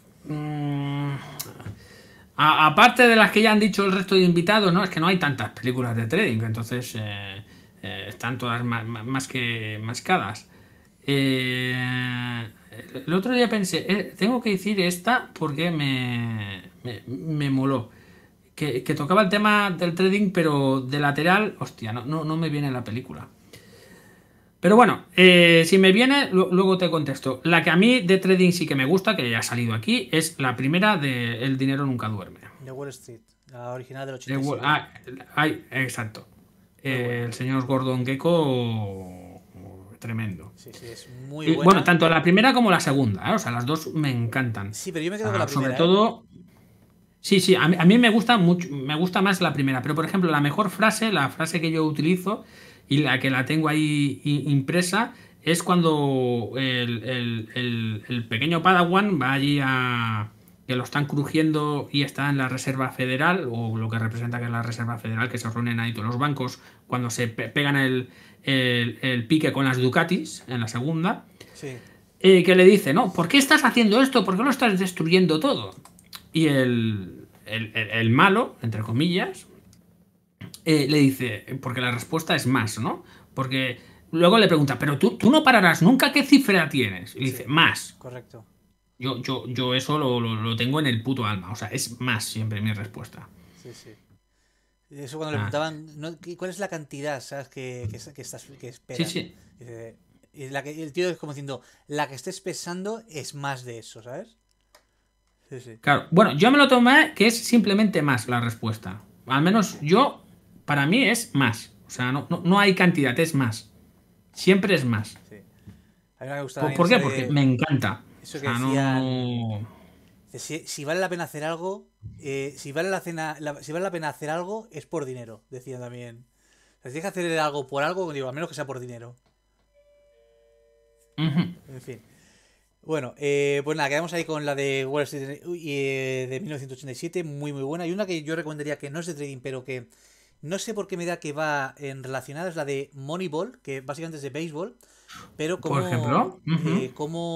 aparte de las que ya han dicho el resto de invitados, ¿no? Es que no hay tantas películas de trading, entonces están todas más que mascadas. Eh, el otro día pensé, tengo que decir esta porque me moló. Que tocaba el tema del trading, pero de lateral, hostia, no me viene la película. Pero bueno, si me viene, luego te contesto. La que a mí de trading sí que me gusta, que ya ha salido aquí, es la primera de El dinero nunca duerme. De Wall Street, la original del De 87. exacto. Muy buena. El señor Gordon Gekko, tremendo. Sí, es muy Y, buena. bueno, tanto la primera como la segunda, o sea, las dos me encantan. Sí, pero yo me quedo con la Sobre primera. todo, sí, a mí me gusta mucho, me gusta más la primera, pero por ejemplo, la mejor frase, la frase que yo utilizo y la que la tengo ahí impresa, es cuando el pequeño Padawan va allí que lo están crujiendo y está en la Reserva Federal, o lo que representa que es la Reserva Federal, que se reúnen ahí todos los bancos cuando se pegan el pique con las Ducatis en la segunda, Sí. que le dice, no, ¿por qué estás haciendo esto? ¿Por qué lo estás destruyendo todo? Y el malo, entre comillas, le dice, porque la respuesta es más, ¿no? Porque luego le pregunta, pero tú no pararás nunca, ¿qué cifra tienes? Y le dice, más. Correcto. Yo eso lo tengo en el puto alma, o sea, es más siempre mi respuesta. Sí. Eso cuando le preguntaban, ¿cuál es la cantidad, sabes, que esperas? Sí. Dice, y el tío es como diciendo, la que estés pesando es más de eso, ¿sabes? Sí, sí. Claro, bueno, yo me lo tomé que es simplemente más la respuesta. Al menos yo, para mí es más. O sea, no hay cantidad, es más. Siempre es más. Sí. A mí me gusta también ¿Por qué? Porque me encanta. O eso que sea, decían. no... Si vale la pena hacer algo, si vale si vale la pena hacer algo, es por dinero, decían también. O sea, si tienes que hacer algo por algo, digo, a menos que sea por dinero. Ujú. En fin. Bueno, pues nada, quedamos ahí con la de Wall Street de 1987, muy muy buena. Y una que yo recomendaría que no es de trading, pero que no sé por qué me da que va en relacionada, es la de Moneyball, que básicamente es de béisbol, pero Por ejemplo. Ujú.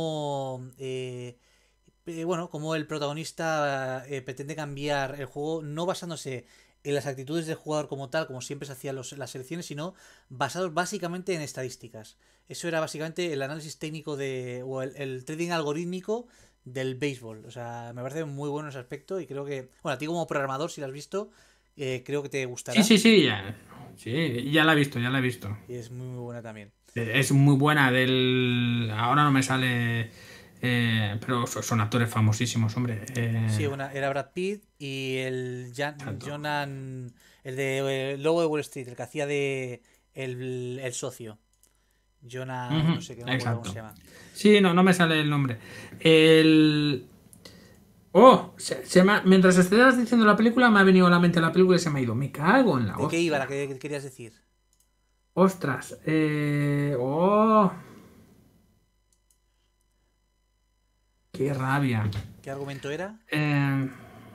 bueno, como el protagonista pretende cambiar el juego no basándose en las actitudes del jugador como tal, como siempre se hacían las selecciones, sino basados básicamente en estadísticas. Eso era básicamente el análisis técnico o el trading algorítmico del béisbol. O sea, me parece muy bueno ese aspecto y creo que, bueno, a ti como programador, si lo has visto, creo que te Sí, gustará. sí, sí, ya. Sí, ya la he visto, ya la he visto. Y es muy, muy buena también. Es muy buena Ahora no me sale... pero son actores famosísimos, hombre. Sí, era Brad Pitt y Tanto. Jonan, el de Lobo de Wall Street, el que hacía de el socio. Jonah, no Ujú, sé qué, no me acuerdo cómo se exacto. llama. Sí, no me sale el nombre. El... Oh, mientras estabas diciendo la película, me ha venido a la mente la película y se me ha ido. Me cago en la ¿De qué iba la hostia. que querías decir? Ostras. Oh, qué rabia. ¿Qué argumento era? Eh,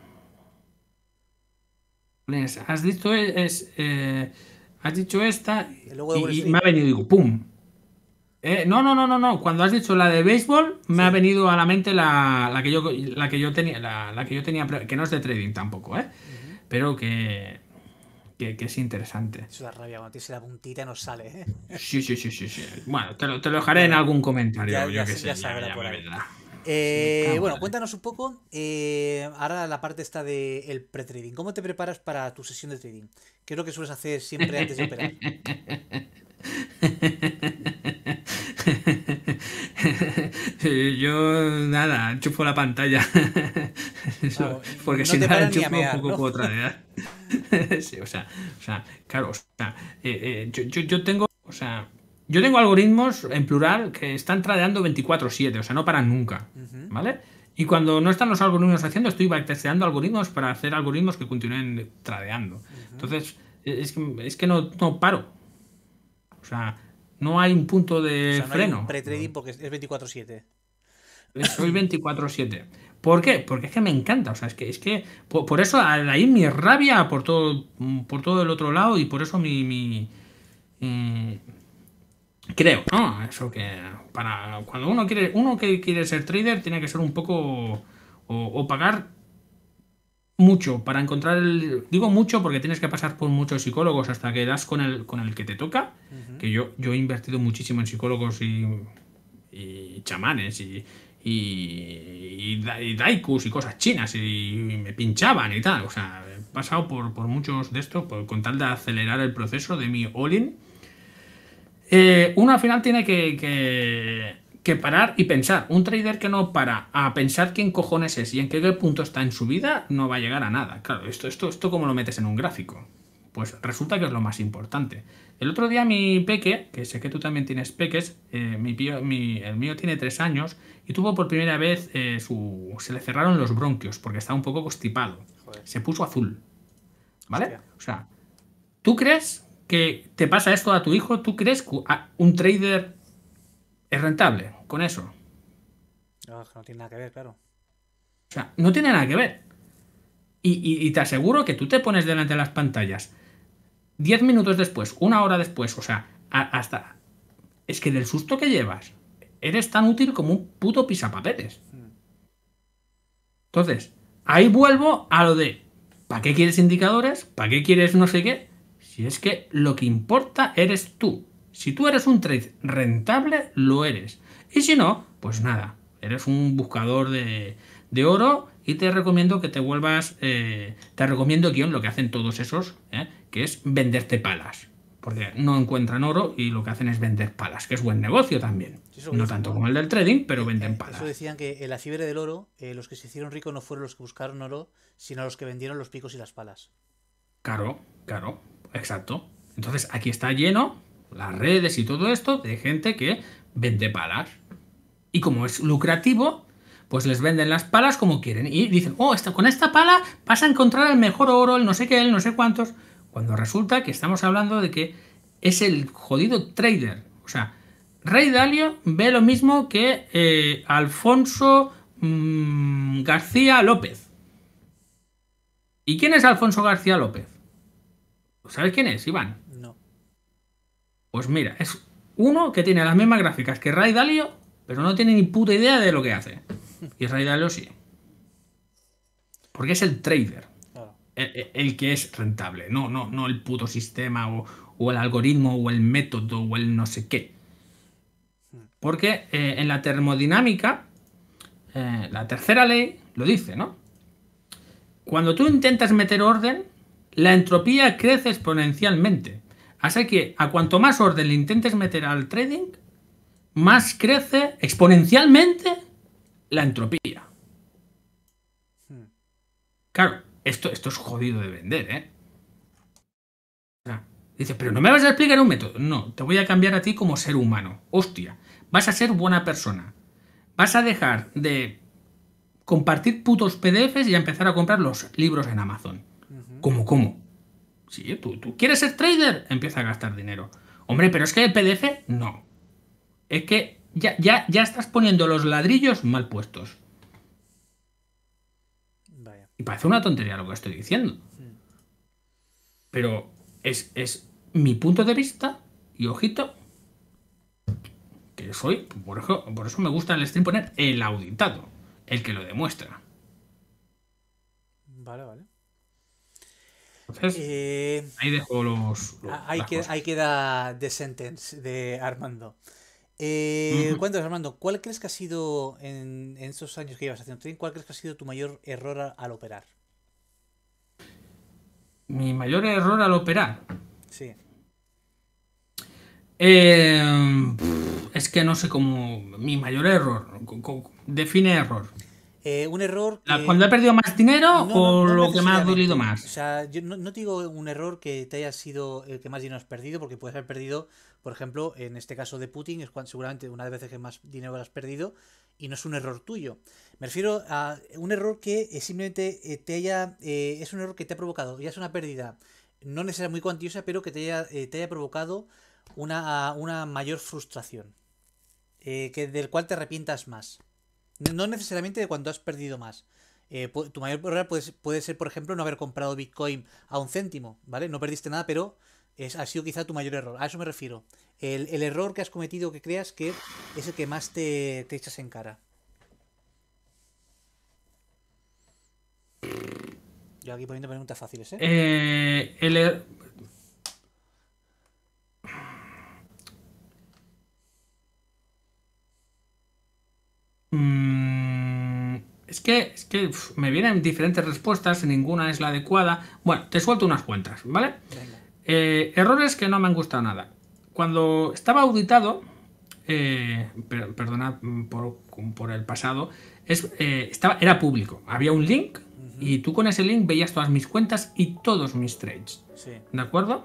has dicho has dicho esta El lobo de Wall y Street. me ha venido, digo, ¡pum! No. Cuando has dicho la de béisbol, me ha Sí. venido a la mente la que yo tenía, la que yo tenía, que no es de trading tampoco, ¿eh? Ujú. Pero que es interesante. Eso da rabia, cuando tienes la puntita y no sale, ¿eh? Sí. Bueno, te lo dejaré en Bueno, algún comentario, yo qué ya sé, sabrá ya por me ahí. vendrá. Me cago en Bueno, la leche. cuéntanos un poco, ahora la parte está del pre-trading. ¿Cómo te preparas para tu sesión de trading? ¿Qué es lo que sueles hacer siempre antes de operar? Sí, yo nada, enchufo la pantalla. Eso, Vamos, porque no si te no la paras ni a enchufo mear, poco ¿no? puedo tradear. Sí, claro, yo tengo, yo tengo algoritmos en plural que están tradeando 24/7, o sea, no paran nunca, Ujú, ¿vale? Y cuando no están los algoritmos haciendo, estoy testeando algoritmos para hacer algoritmos que continúen tradeando. ujú. Entonces, es que no paro. O sea, no hay un punto O de sea, no hay un freno. pre-trading porque es 24/7. Soy 24/7. ¿Por qué? Porque es que me encanta. O sea, es que por eso ahí mi rabia por todo el otro lado y por eso eh, creo, ¿no? Eso que para cuando uno que quiere ser trader tiene que ser un poco o pagar mucho para encontrar digo mucho porque tienes que pasar por muchos psicólogos hasta que das con el que te toca, Ujú. que yo he invertido muchísimo en psicólogos y chamanes y daikus y cosas chinas y me pinchaban y tal. O sea, he pasado por muchos de estos con tal de acelerar el proceso de mi all-in. Uno al final tiene que parar y pensar. Un trader que no para a pensar quién cojones es y en qué punto está en su vida no va a llegar a nada. Claro, esto ¿cómo lo metes en un gráfico? Pues resulta que es lo más importante. El otro día mi peque, que sé que tú también tienes peques, el mío tiene 3 años y tuvo por primera vez, se le cerraron los bronquios porque estaba un poco constipado. Joder, Se puso azul, ¿vale? hostia. O sea, ¿tú crees que te pasa esto a tu hijo? ¿Tú crees que un trader es rentable con eso? No, que no tiene nada que ver, claro. O sea, no tiene nada que ver. Y te aseguro que tú te pones delante de las pantallas 10 minutos después, una hora después, o sea, hasta... Es que del susto que llevas, eres tan útil como un puto pisapapeles. Mm. Entonces, ahí vuelvo a lo de, ¿para qué quieres indicadores? ¿Para qué quieres no sé qué? Si es que lo que importa eres tú. Si tú eres un trade rentable, lo eres. Y si no, pues nada, eres un buscador de oro y te recomiendo que te vuelvas, te recomiendo guión lo que hacen todos esos, que es venderte palas. Porque no encuentran oro y lo que hacen es vender palas, que es buen negocio también. Sí, eso lo No dicen, tanto ¿no? como el del trading, pero venden palas. Eso decían que en la fiebre del oro, los que se hicieron ricos no fueron los que buscaron oro, sino los que vendieron los picos y las palas. Claro, claro, exacto. Entonces aquí está lleno, las redes y todo esto, de gente que vende palas. Y como es lucrativo, pues les venden las palas como quieren. Y dicen, oh, con esta pala vas a encontrar el mejor oro, el no sé qué, el no sé cuántos. Cuando resulta que estamos hablando de que es el jodido trader. O sea, Ray Dalio ve lo mismo que Alfonso García López. ¿Y quién es Alfonso García López? ¿Sabes quién es, Iván? No. Pues mira, es uno que tiene las mismas gráficas que Ray Dalio, pero no tiene ni puta idea de lo que hace. Y Ray Dalio sí. Porque es el trader. Claro. El que es rentable. No el puto sistema o el algoritmo o el método o el no sé qué. Porque en la termodinámica, la tercera ley lo dice, ¿no? Cuando tú intentas meter orden, la entropía crece exponencialmente. Así que a cuanto más orden le intentes meter al trading, más crece exponencialmente la entropía. Claro, esto es jodido de vender, ¿eh? O sea, dices, pero no me vas a explicar un método. No, te voy a cambiar a ti como ser humano. Hostia, vas a ser buena persona. Vas a dejar de compartir putos PDFs y a empezar a comprar los libros en Amazon. ¿Cómo? Si tú quieres ser trader, empieza a gastar dinero. Hombre, pero es que el PDF, no. Es que ya estás poniendo los ladrillos mal puestos. Vaya. Y parece una tontería lo que estoy diciendo. Pero es mi punto de vista y ojito que soy, por eso me gusta en el stream poner el auditado, el que lo demuestra. Vale. Entonces, ahí dejo Ahí queda The Sentence de Armando. Cuéntanos, Armando, ¿cuál crees que ha sido en estos años que llevas haciendo trading, cuál crees que ha sido tu mayor error al operar? Mi mayor error al operar. Sí. Es que no sé cómo. Mi mayor error. Define error. Un error que... ¿Cuando he perdido más dinero o no lo que me ha dolido necesariamente. más? O sea, yo no te digo un error que te haya sido el que más dinero has perdido, porque puedes haber perdido, por ejemplo, en este caso de Putin, es seguramente una de las veces que más dinero has perdido, y no es un error tuyo. Me refiero a un error que simplemente es un error que te ha provocado, ya es una pérdida, no necesariamente muy cuantiosa, pero que te haya provocado una mayor frustración, del cual te arrepientas más. No necesariamente de cuando has perdido más. Tu mayor error puede ser, por ejemplo, no haber comprado Bitcoin a 1 céntimo, ¿vale? No perdiste nada, pero ha sido quizá tu mayor error. A eso me refiero. El error que has cometido que creas que es el que más te echas en cara. Yo aquí poniendo preguntas fáciles, ¿eh? Es que me vienen diferentes respuestas, ninguna es la adecuada. Bueno, te suelto unas cuantas, ¿vale? Venga. Errores que no me han gustado nada. Cuando estaba auditado, perdonad por el pasado, era público. Había un link y tú con ese link veías todas mis cuentas y todos mis trades. Sí. ¿De acuerdo?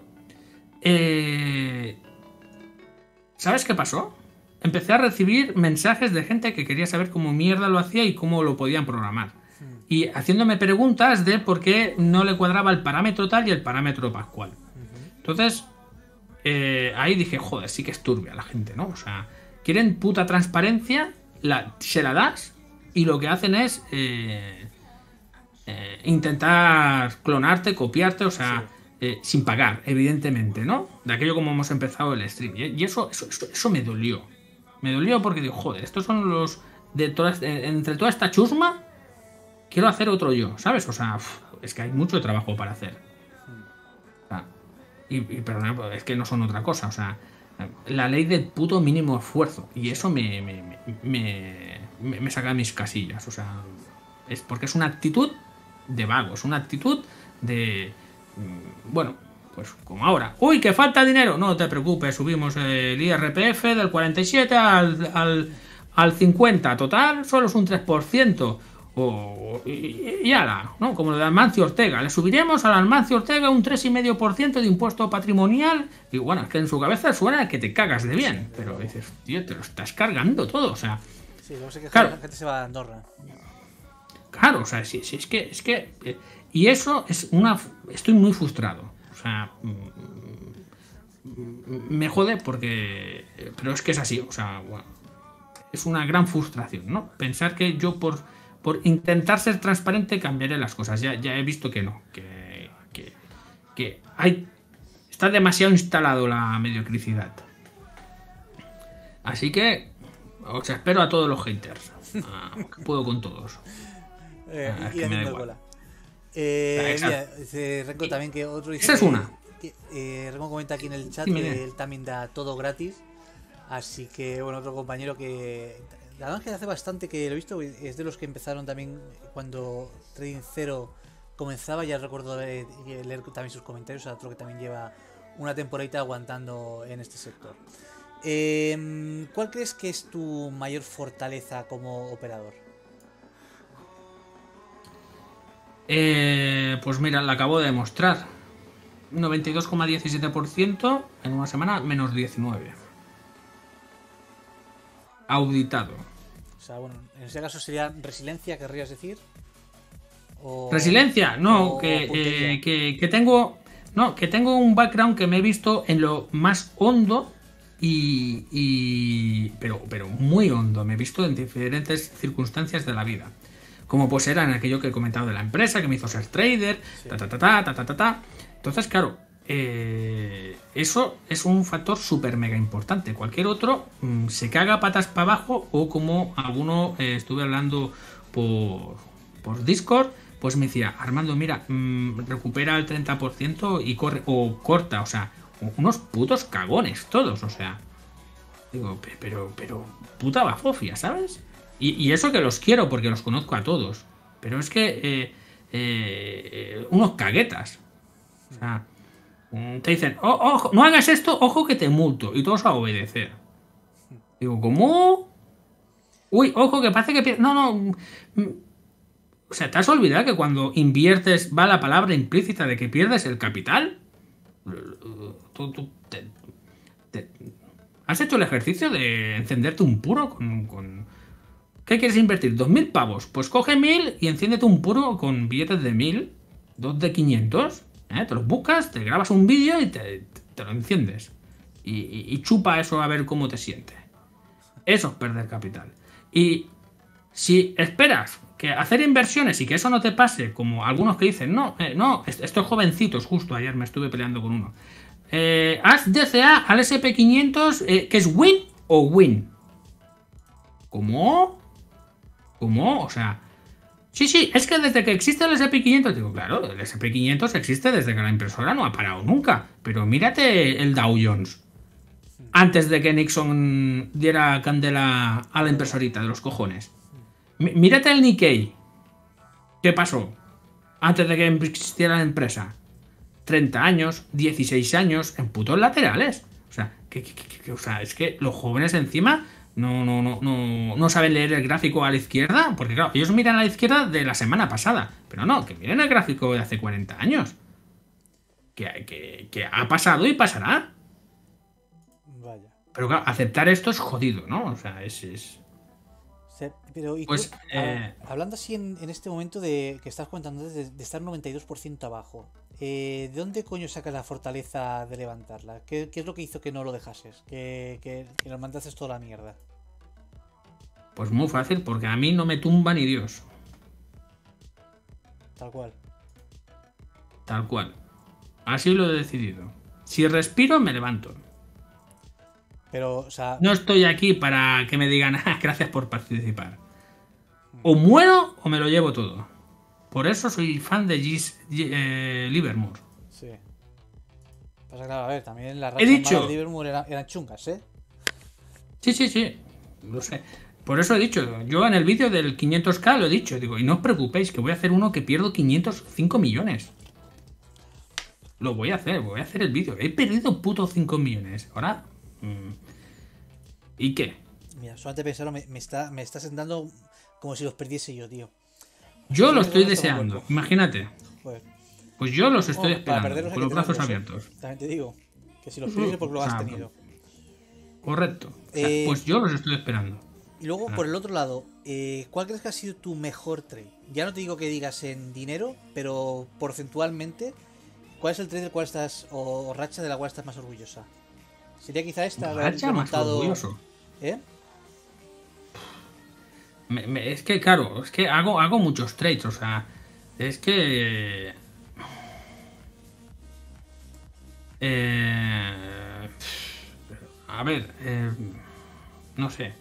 ¿Sabes qué pasó? Empecé a recibir mensajes de gente que quería saber cómo mierda lo hacía y cómo lo podían programar. Y haciéndome preguntas de por qué no le cuadraba el parámetro tal y el parámetro pascual. Entonces, ahí dije, joder, sí que es turbia la gente, ¿no? O sea, quieren puta transparencia, se la das y lo que hacen es intentar clonarte, copiarte, o sea... sin pagar, evidentemente, ¿no? De aquello como hemos empezado el stream. Y eso me dolió. Me dolió porque digo, joder, estos son los... entre toda esta chusma, quiero hacer otro yo, ¿sabes? O sea, es que hay mucho trabajo para hacer. O sea, y perdona, es que no son otra cosa. O sea, la ley del puto mínimo esfuerzo. Y eso me saca de mis casillas. O sea, es porque es una actitud de vago, es una actitud de... Bueno, Pues como ahora. Uy, que falta dinero. No te preocupes, subimos el IRPF del 47 al 50. Total, solo es un 3%. Y ala, ¿no? Como lo de Amancio Ortega. Le subiremos al Amancio Ortega un 3,5% de impuesto patrimonial. Y bueno, es que en su cabeza suena que te cagas de bien. Pero dices, tío, te lo estás cargando todo. O sea, Sí, luego sé que claro. la gente se va a Andorra. Claro, o sea, sí, es que y eso es una... Estoy muy frustrado. O sea, me jode porque... Pero es que es así, o sea, bueno, es una gran frustración, ¿no? Pensar que yo por intentar ser transparente cambiaré las cosas. Ya he visto que no, que está demasiado instalado la mediocridad. Así que os espero a todos los haters. Que puedo con todos. Y que me da haciendo igual. cola. Exacto. Mira, dice Renko también que otro dice Esa es una. Renko comenta aquí en el chat Dime, que dime. él también da todo gratis. Así que, bueno, otro compañero que... La verdad es que hace bastante que lo he visto. Es de los que empezaron también cuando Trading Zero comenzaba. Ya recuerdo leer también sus comentarios. Otro que también lleva una temporadita aguantando en este sector. ¿Cuál crees que es tu mayor fortaleza como operador? Pues mira, la acabo de demostrar. 92,17% en una semana, menos 19. Auditado. O sea, bueno, en ese caso sería resiliencia, querrías decir. Resiliencia, no, o que, puntería. que tengo. No, que tengo un background que me he visto en lo más hondo pero muy hondo. Me he visto en diferentes circunstancias de la vida. Como pues era en aquello que he comentado de la empresa, que me hizo ser trader, Sí. Entonces, claro, eso es un factor súper mega importante. Cualquier otro se caga patas para abajo, o como alguno estuve hablando por Discord, pues me decía, Armando, mira, recupera el 30% y corre, o corta, o sea, unos putos cagones todos, o sea. Digo, pero puta bafofia, ¿sabes? Y eso que los quiero porque los conozco a todos. Pero es que unos caguetas. O sea, te dicen, ojo, no hagas esto, ojo que te multo. Y todos a obedecer. Digo, ¿cómo? Uy, ojo, que parece que... No. O sea, ¿te has olvidado que cuando inviertes va la palabra implícita de que pierdes el capital? ¿Has hecho el ejercicio de encenderte un puro con... ¿Qué quieres invertir? 2.000 pavos. Pues coge 1.000 y enciéndete un puro con billetes de 1.000, 2 de 500. Te los buscas, te grabas un vídeo y te lo enciendes. Y chupa eso a ver cómo te siente. Eso es perder capital. Y si esperas que hacer inversiones y que eso no te pase, como algunos que dicen, no, estos jovencitos, justo ayer me estuve peleando con uno. Haz DCA al SP500, que es win o win. ¿Cómo? O sea, sí, es que desde que existe el SP500, digo, claro, el SP500 existe desde que la impresora no ha parado nunca. Pero mírate el Dow Jones. Antes de que Nixon diera candela a la impresorita de los cojones. Mírate el Nikkei. ¿Qué pasó? Antes de que existiera la empresa. 30 años, 16 años, en putos laterales. O sea, o sea, es que los jóvenes encima no saben leer el gráfico a la izquierda, porque claro, ellos miran a la izquierda de la semana pasada, pero no, que miren el gráfico de hace 40 años. Que ha pasado y pasará. Vaya. Pero claro, aceptar esto es jodido, ¿no? O sea, Pero, ¿y pues, tú, hablando así en este momento de que estás comentando de estar 92% abajo, ¿de dónde coño sacas la fortaleza de levantarla? ¿Qué es lo que hizo que no lo dejases? Que lo mandases toda la mierda. Pues muy fácil, porque a mí no me tumba ni Dios. Tal cual. Tal cual. Así lo he decidido. Si respiro, me levanto. Pero, o sea... No estoy aquí para que me digan, gracias por participar. O muero o me lo llevo todo. Por eso soy fan de Livermore. Sí. Pasa claro, a ver, también las He dicho... malas de Livermore eran chungas, ¿eh? Sí. Lo sé. Por eso he dicho, yo en el vídeo del 500k lo he dicho. Digo, y no os preocupéis, que voy a hacer uno que pierdo 505 millones. Lo voy a hacer el vídeo. He perdido puto 5 millones. Ahora... ¿Y qué? Mira, solamente pensarlo me está sentando como si los perdiese yo, tío. Yo lo estoy deseando, imagínate. Joder. Pues yo los estoy Para esperando, perderlos hay con que los brazos tenerlos, abiertos. También te digo que si los pierdes porque lo has tenido. Correcto. O sea, pues yo los estoy esperando. Y luego, por el otro lado, ¿cuál crees que ha sido tu mejor trade? Ya no te digo que digas en dinero, pero porcentualmente, ¿cuál es el trade del cual estás, o racha de la cual estás más orgullosa? Sería quizá esta, haber Racha más remontado... orgulloso. ¿Eh? Es que, claro, es que hago muchos trades, o sea, es que... a ver, no sé.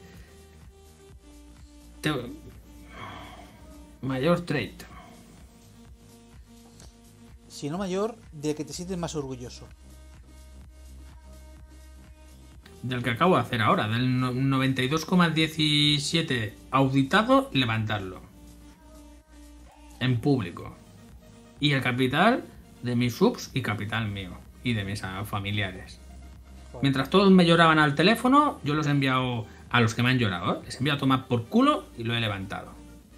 Mayor trade. Si no mayor, de que te sientes más orgulloso. Del que acabo de hacer ahora, del 92,17 auditado, levantarlo. En público. Y el capital de mis subs y capital mío. Y de mis familiares. Joder. Mientras todos me lloraban al teléfono, yo los he enviado a los que me han llorado. Les he enviado a tomar por culo y lo he levantado.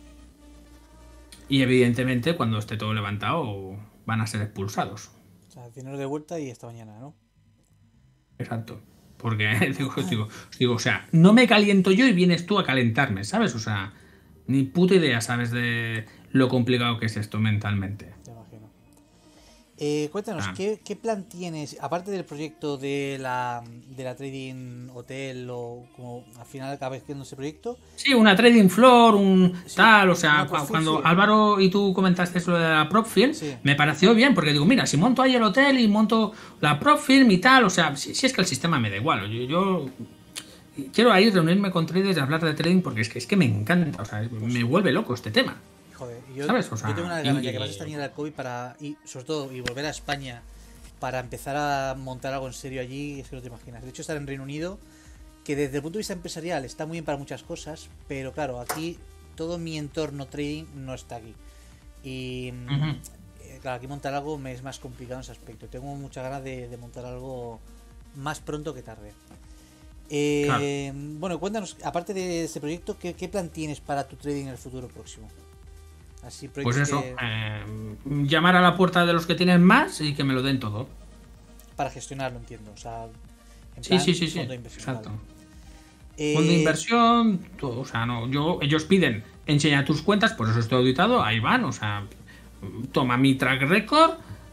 Y evidentemente, cuando esté todo levantado, van a ser expulsados. O sea, dinero de vuelta y esta mañana, ¿no? Exacto. Porque digo, o sea, no me caliento yo y vienes tú a calentarme, ¿sabes? O sea, ni puta idea, ¿sabes? De lo complicado que es esto mentalmente. Te imagino. Cuéntanos, ¿qué plan tienes, aparte del proyecto de la Trading Hotel o como al final acabas haciendo ese proyecto? Sí, una trading floor, Sí, tal, o sea, Profil, cuando sí. Álvaro y tú comentaste eso de la prop firm, Sí. me pareció bien, porque digo, mira, si monto ahí el hotel y monto la prop firm y tal, o sea, si es que el sistema me da igual, yo quiero ahí reunirme con traders y hablar de trading porque es que me encanta, o sea, me vuelve loco este tema. Joder, yo, ¿Sabes? O sea, yo tengo una ganas y- ya que vas a estar al COVID y sobre todo y volver a España para empezar a montar algo en serio allí, es que no te imaginas. De hecho, estar en Reino Unido, que desde el punto de vista empresarial está muy bien para muchas cosas, pero claro, aquí todo mi entorno trading no está aquí. Y Ujú. claro, aquí montar algo me es más complicado en ese aspecto. Tengo muchas ganas de montar algo más pronto que tarde. Claro. Bueno, cuéntanos, aparte de este proyecto, ¿qué plan tienes para tu trading en el futuro próximo? Así, Pues proyectos eso, que- llamar a la puerta de los que tienen más y que me lo den todo. para gestionarlo, entiendo. O sea, en Sí, plan sí, fondo de inversión, exacto. vale. Fondo de inversión, todo, o sea, no, ellos piden, enseña tus cuentas, por eso estoy auditado, ahí van, o sea, toma mi track record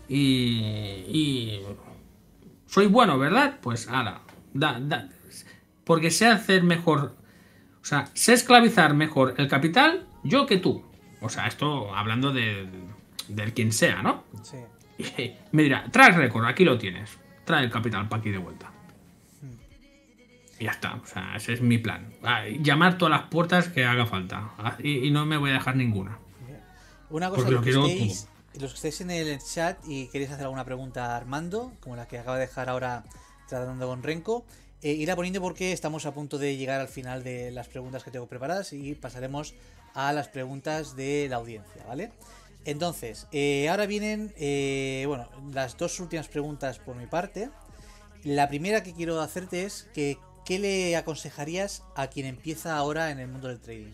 y soy bueno, ¿verdad? Pues ahora, porque sé hacer mejor, o sea, sé esclavizar mejor el capital yo que tú. O sea, esto hablando del quien sea, ¿no? Sí. Y me dirá, track record, aquí lo tienes. Trae el capital para aquí de vuelta. Y ya está, o sea, ese es mi plan. Llamar todas las puertas que haga falta. Y no me voy a dejar ninguna. Una cosa, Porque lo quiero los que estéis en el chat y queréis hacer alguna pregunta a Armando, como la que acaba de dejar ahora tratando con Renko, irá poniendo porque estamos a punto de llegar al final de las preguntas que tengo preparadas y pasaremos a las preguntas de la audiencia, ¿vale? Entonces, ahora vienen bueno, las dos últimas preguntas por mi parte. La primera que quiero hacerte es que ¿qué le aconsejarías a quien empieza ahora en el mundo del trading?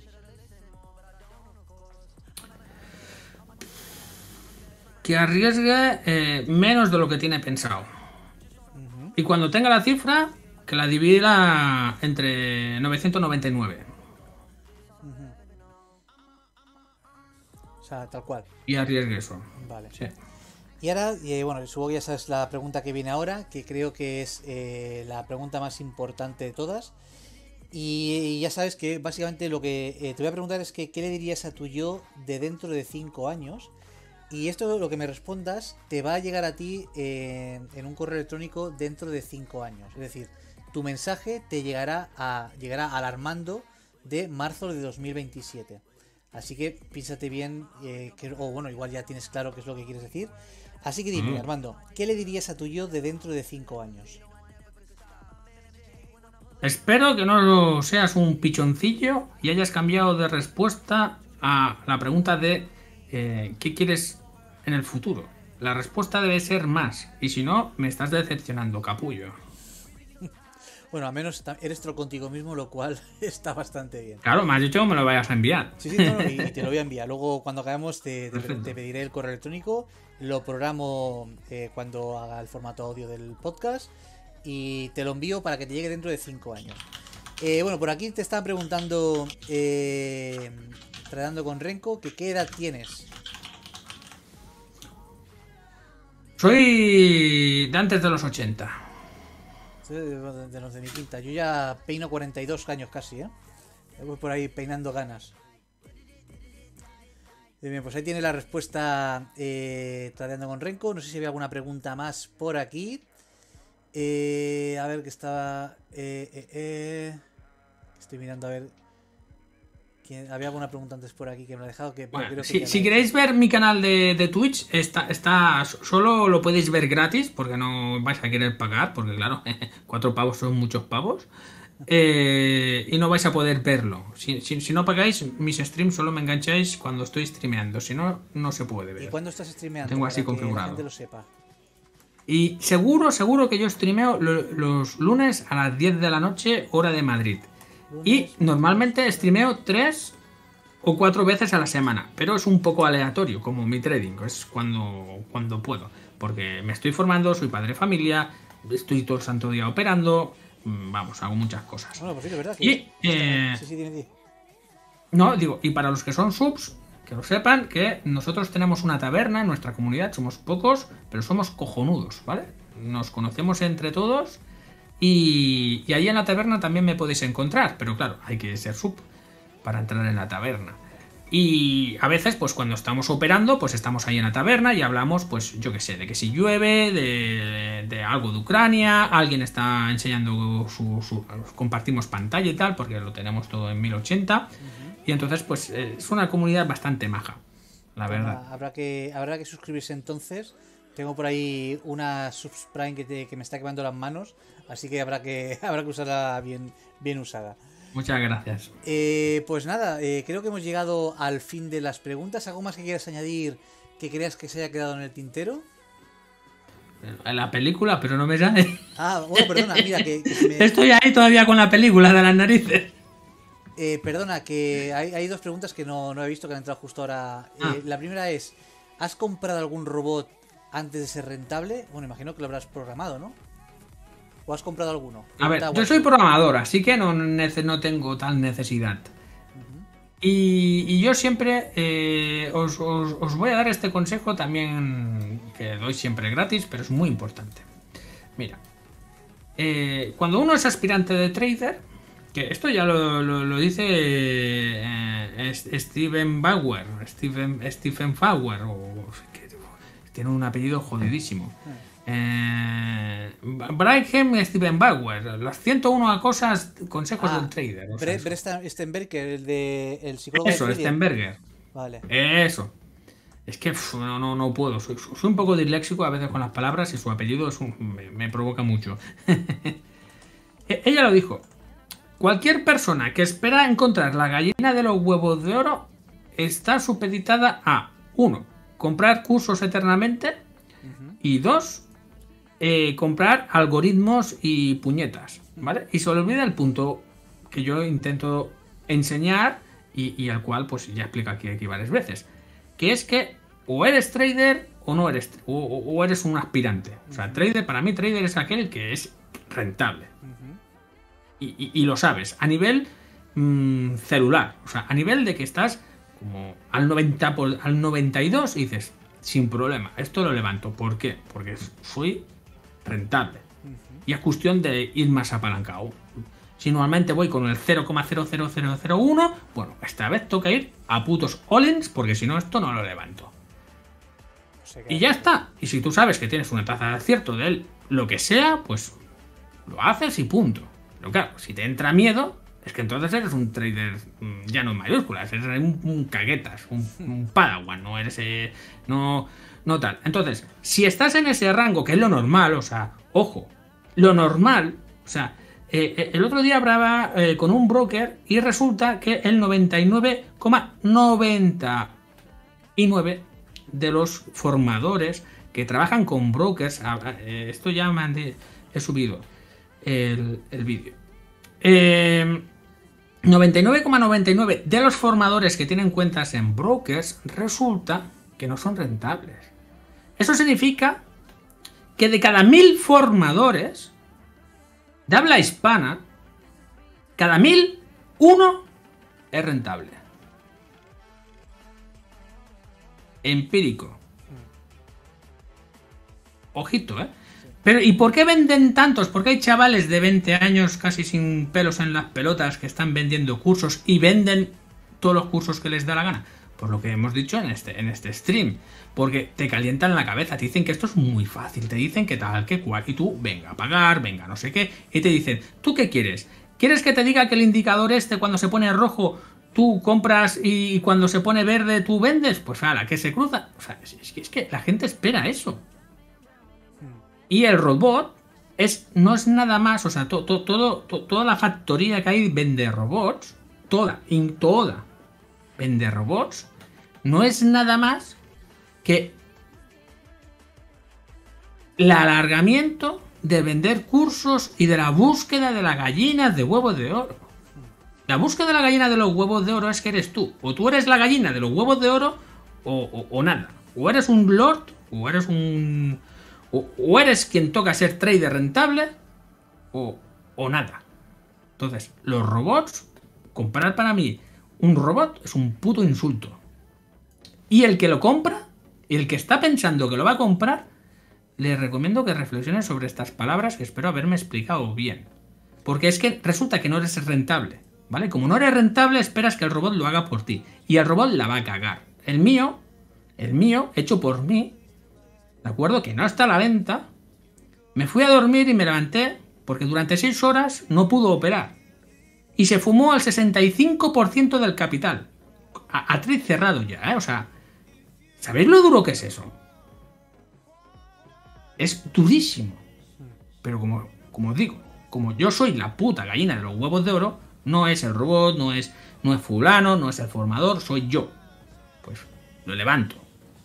Que arriesgue menos de lo que tiene pensado. Y cuando tenga la cifra, que la divida entre 999. O sea, tal cual. Y arriesgue eso. Vale. Sí. Y ahora, bueno, supongo que ya sabes la pregunta que viene ahora, que creo que es la pregunta más importante de todas. Y ya sabes que básicamente lo que te voy a preguntar es que ¿qué le dirías a tu yo de dentro de 5 años? Y esto, lo que me respondas, te va a llegar a ti en un correo electrónico dentro de 5 años. Es decir, tu mensaje te llegará al Armando de marzo de 2027. Así que piénsate bien, o bueno, igual ya tienes claro qué es lo que quieres decir. Así que dime, Armando, ¿qué le dirías a tu yo de dentro de 5 años? Espero que no seas un pichoncillo y hayas cambiado de respuesta a la pregunta de ¿qué quieres en el futuro? La respuesta debe ser más. Y si no, me estás decepcionando, capullo. Bueno, al menos eres troll contigo mismo, lo cual está bastante bien. Claro, me has dicho que me lo vayas a enviar. Sí, no, y te lo voy a enviar. Luego, cuando acabemos, te Perfecto. pediré el correo electrónico. Lo programo cuando haga el formato audio del podcast. Y te lo envío para que te llegue dentro de 5 años. Bueno, por aquí te estaba preguntando, tratando con Renko, que qué edad tienes. Soy de antes de los 80. De los de mi quinta. Yo ya peino 42 años casi, ¿eh? Voy por ahí peinando ganas. Bien, pues ahí tiene la respuesta tratando con Renko. No sé si había alguna pregunta más por aquí. A ver que estaba... Estoy mirando a ver... Había alguna pregunta antes por aquí que me ha dejado. Bueno, si queréis ver mi canal de Twitch, solo lo podéis ver gratis, porque no vais a querer pagar, porque claro, 4 pavos son muchos pavos. Y no vais a poder verlo. Si no pagáis, mis streams solo me engancháis cuando estoy streameando. Si no, no se puede ver. ¿Y cuándo estás streameando? Tengo así para configurado. Que la gente lo sepa. Y seguro que yo streameo los lunes a las 10 de la noche, hora de Madrid. Y normalmente streameo 3 o 4 veces a la semana, pero es un poco aleatorio, como mi trading, es cuando puedo, porque me estoy formando, soy padre de familia, estoy todo el santo día operando, vamos, hago muchas cosas. Bueno, pues sí, de verdad. Y, no, digo, y para los que son subs, que lo sepan, que nosotros tenemos una taberna en nuestra comunidad, somos pocos, pero somos cojonudos, ¿vale? Nos conocemos entre todos. Y ahí en la taberna también me podéis encontrar, pero claro, hay que ser sub para entrar en la taberna. Y a veces, pues cuando estamos operando, pues estamos ahí en la taberna y hablamos, pues yo qué sé, de que si llueve, de algo de Ucrania, alguien está enseñando compartimos pantalla y tal, porque lo tenemos todo en 1080. Y entonces, pues es una comunidad bastante maja, la verdad. Habrá que suscribirse entonces. Tengo por ahí una Subsprime que me está quemando las manos, así que habrá que usarla bien usada. Muchas gracias. Pues nada, creo que hemos llegado al fin de las preguntas. ¿Algo más que quieras añadir que creas que se haya quedado en el tintero? En la película, pero no me sale. Ah, bueno, perdona, mira que Estoy ahí todavía con la película de las narices. Perdona, que hay 2 preguntas que no he visto, que han entrado justo ahora. La primera es, ¿has comprado algún robot antes de ser rentable? Bueno, imagino que lo habrás programado, ¿no? ¿O has comprado alguno? A ver, yo soy programador, así que no tengo tal necesidad. Y yo siempre os voy a dar este consejo también, que doy siempre gratis, pero es muy importante. Mira, cuando uno es aspirante de trader, que esto ya lo dice Stephen Bauer, Stephen Bauer, tiene un apellido jodidísimo. Brigham Stephen Bauer, las 101 consejos del trader. Stenberger, el psicólogo. Eso, Stenberger. Vale. Eso. Es que no puedo. Soy un poco disléxico a veces con las palabras y su apellido me provoca mucho. Ella lo dijo. Cualquier persona que espera encontrar la gallina de los huevos de oro está supeditada a 1. Comprar cursos eternamente y 2. Comprar algoritmos y puñetas, ¿vale? Y se le olvida el punto que yo intento enseñar y al cual pues ya explico aquí varias veces, que es que o eres trader o no eres, o eres un aspirante. O sea, para mí trader es aquel que es rentable y lo sabes a nivel celular, o sea, a nivel de que estás como al 92 y dices, sin problema, esto lo levanto. ¿Por qué? Porque soy rentable. Y es cuestión de ir más apalancado. Si normalmente voy con el 0,00001, bueno, esta vez toca ir a putos all-ins, porque si no, esto no lo levanto. Y ya está. Y si tú sabes que tienes una taza de acierto de lo que sea, pues lo haces y punto. Pero claro, si te entra miedo, es que entonces eres un trader ya no en mayúsculas, eres un caguetas, un padawan, no eres... No tal. Entonces, si estás en ese rango, que es lo normal, o sea, ojo, lo normal, o sea, el otro día hablaba con un broker y resulta que el 99,99 de los formadores que trabajan con brokers. Esto ya he subido el vídeo. 99,99 de los formadores que tienen cuentas en brokers resulta que no son rentables. Eso significa que de cada 1000 formadores de habla hispana, cada 1000, uno es rentable. Empírico. Ojito, ¿eh? Pero, ¿y por qué venden tantos? Porque hay chavales de 20 años casi sin pelos en las pelotas que están vendiendo cursos y venden todos los cursos que les da la gana. Por lo que hemos dicho en este stream. Porque te calientan la cabeza, te dicen que esto es muy fácil, te dicen que tal, que cual, y tú, venga a pagar, venga no sé qué, y te dicen, ¿tú qué quieres? ¿Quieres que te diga que el indicador cuando se pone rojo, tú compras y cuando se pone verde, tú vendes? Pues ala, que se cruza. O sea, es que la gente espera eso. Y el robot no es nada más, o sea, toda la factoría que hay vende robots, toda vende robots, no es nada más que el alargamiento de vender cursos y de la búsqueda de las gallinas de huevos de oro. La búsqueda de la gallina de los huevos de oro es que eres tú. O tú eres la gallina de los huevos de oro o nada. O eres un lord o eres un... O eres quien toca ser trader rentable o nada. Entonces, los robots, comprar para mí un robot es un puto insulto. Y el que lo compra, y el que está pensando que lo va a comprar, le recomiendo que reflexione sobre estas palabras que espero haberme explicado bien. Porque es que resulta que no eres rentable, ¿vale? Como no eres rentable, esperas que el robot lo haga por ti. Y el robot la va a cagar. El mío, hecho por mí, ¿de acuerdo? Que no está a la venta. Me fui a dormir y me levanté porque durante 6 horas no pudo operar. Y se fumó al 65% del capital. A trade cerrado ya, ¿eh? O sea, ¿sabéis lo duro que es eso? Es durísimo. Pero como os digo, como yo soy la puta gallina de los huevos de oro, no es el robot, no es fulano, no es el formador, soy yo. Pues lo levanto.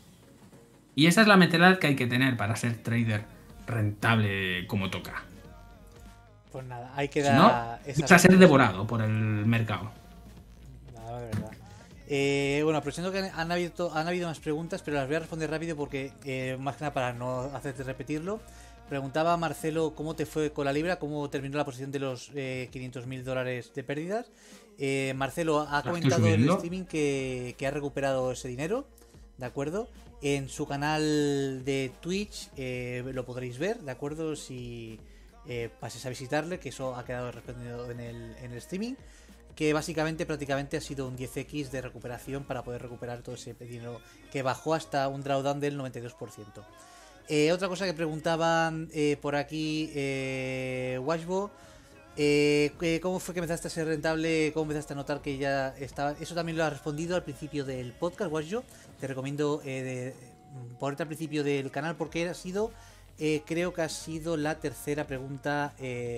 Y esa es la mentalidad que hay que tener para ser trader rentable como toca. Pues nada, hay que Si dar... no, vas a ser devorado por el mercado. Nada, de verdad. Bueno, aprovechando que han habido más preguntas, pero las voy a responder rápido porque, más que nada para no hacerte repetirlo. Preguntaba Marcelo cómo te fue con la libra, cómo terminó la posición de los $500.000 de pérdidas. Marcelo ha comentado en el streaming que ha recuperado ese dinero, ¿de acuerdo? En su canal de Twitch lo podréis ver, ¿de acuerdo? Si pases a visitarle, que eso ha quedado respondido en el streaming. Que básicamente prácticamente ha sido un 10x de recuperación para poder recuperar todo ese dinero que bajó hasta un drawdown del 92%. Otra cosa que preguntaban por aquí, Washbo, ¿cómo fue que empezaste a ser rentable? ¿Cómo empezaste a notar que ya estaba? Eso también lo has respondido al principio del podcast, Washbo. Te recomiendo ponerte al principio del canal porque ha sido, creo que ha sido la tercera pregunta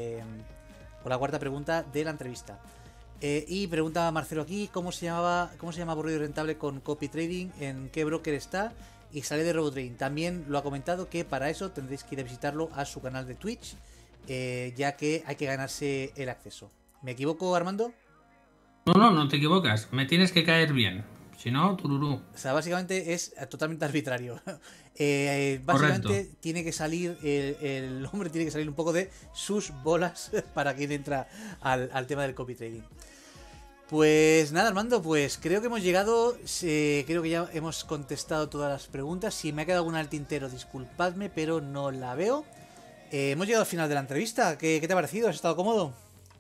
o la cuarta pregunta de la entrevista. Y pregunta Marcelo aquí, ¿cómo se llama Aburrido y Rentable con Copy Trading? ¿En qué broker está? Y sale de RoboTrading. También lo ha comentado que para eso tendréis que ir a visitarlo a su canal de Twitch, ya que hay que ganarse el acceso. ¿Me equivoco, Armando? No te equivocas. Me tienes que caer bien. Si no, tururú. O sea, básicamente es totalmente arbitrario. Básicamente Correcto. tiene que salir, el hombre tiene que salir un poco de sus bolas para quien entra al tema del copy trading. Pues nada, Armando, pues creo que hemos llegado, creo que ya hemos contestado todas las preguntas. Si me ha quedado alguna al tintero, disculpadme, pero no la veo. Hemos llegado al final de la entrevista. ¿Qué te ha parecido? ¿Has estado cómodo?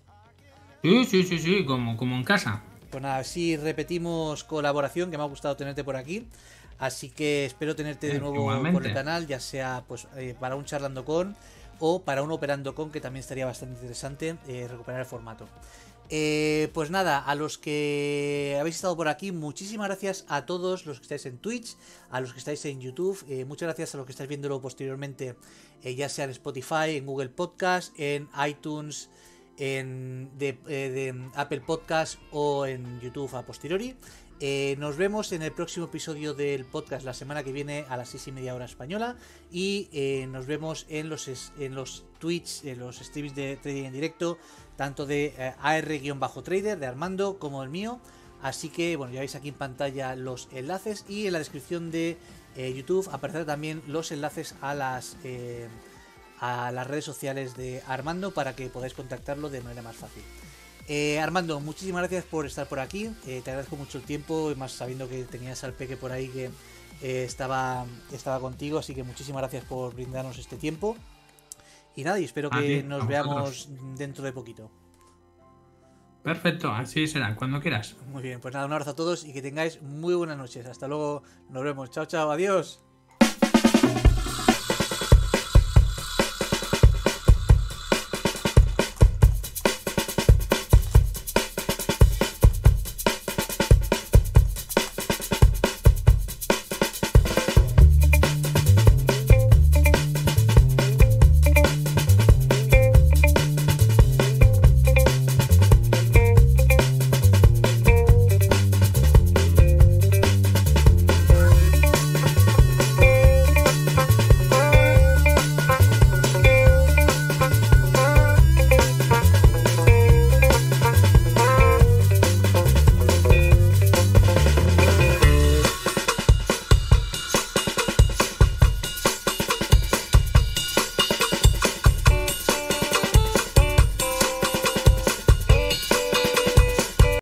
Sí, como en casa. Pues nada, sí, repetimos colaboración, que me ha gustado tenerte por aquí. Así que espero tenerte de nuevo Igualmente. por el canal, ya sea pues para un charlando con o para un operando con, que también estaría bastante interesante recuperar el formato. Pues nada, a los que habéis estado por aquí, muchísimas gracias a todos los que estáis en Twitch, a los que estáis en YouTube, muchas gracias a los que estáis viéndolo posteriormente, ya sea en Spotify, en Google Podcast, en iTunes, de Apple Podcast o en YouTube a posteriori. Nos vemos en el próximo episodio del podcast la semana que viene a las 6:30 hora española. Y nos vemos en los Twitch, en los streams de trading en directo, tanto de AR-Trader de Armando como el mío. Así que bueno, ya veis aquí en pantalla los enlaces, y en la descripción de YouTube aparecerán también los enlaces a las redes sociales de Armando para que podáis contactarlo de manera más fácil. Armando, muchísimas gracias por estar por aquí. Te agradezco mucho el tiempo, más sabiendo que tenías al peque por ahí que estaba contigo, así que muchísimas gracias por brindarnos este tiempo. Y nada, y espero que nos veamos dentro de poquito. Perfecto, así será, cuando quieras. Muy bien, pues nada, un abrazo a todos y que tengáis muy buenas noches. Hasta luego, nos vemos. Chao, chao, adiós.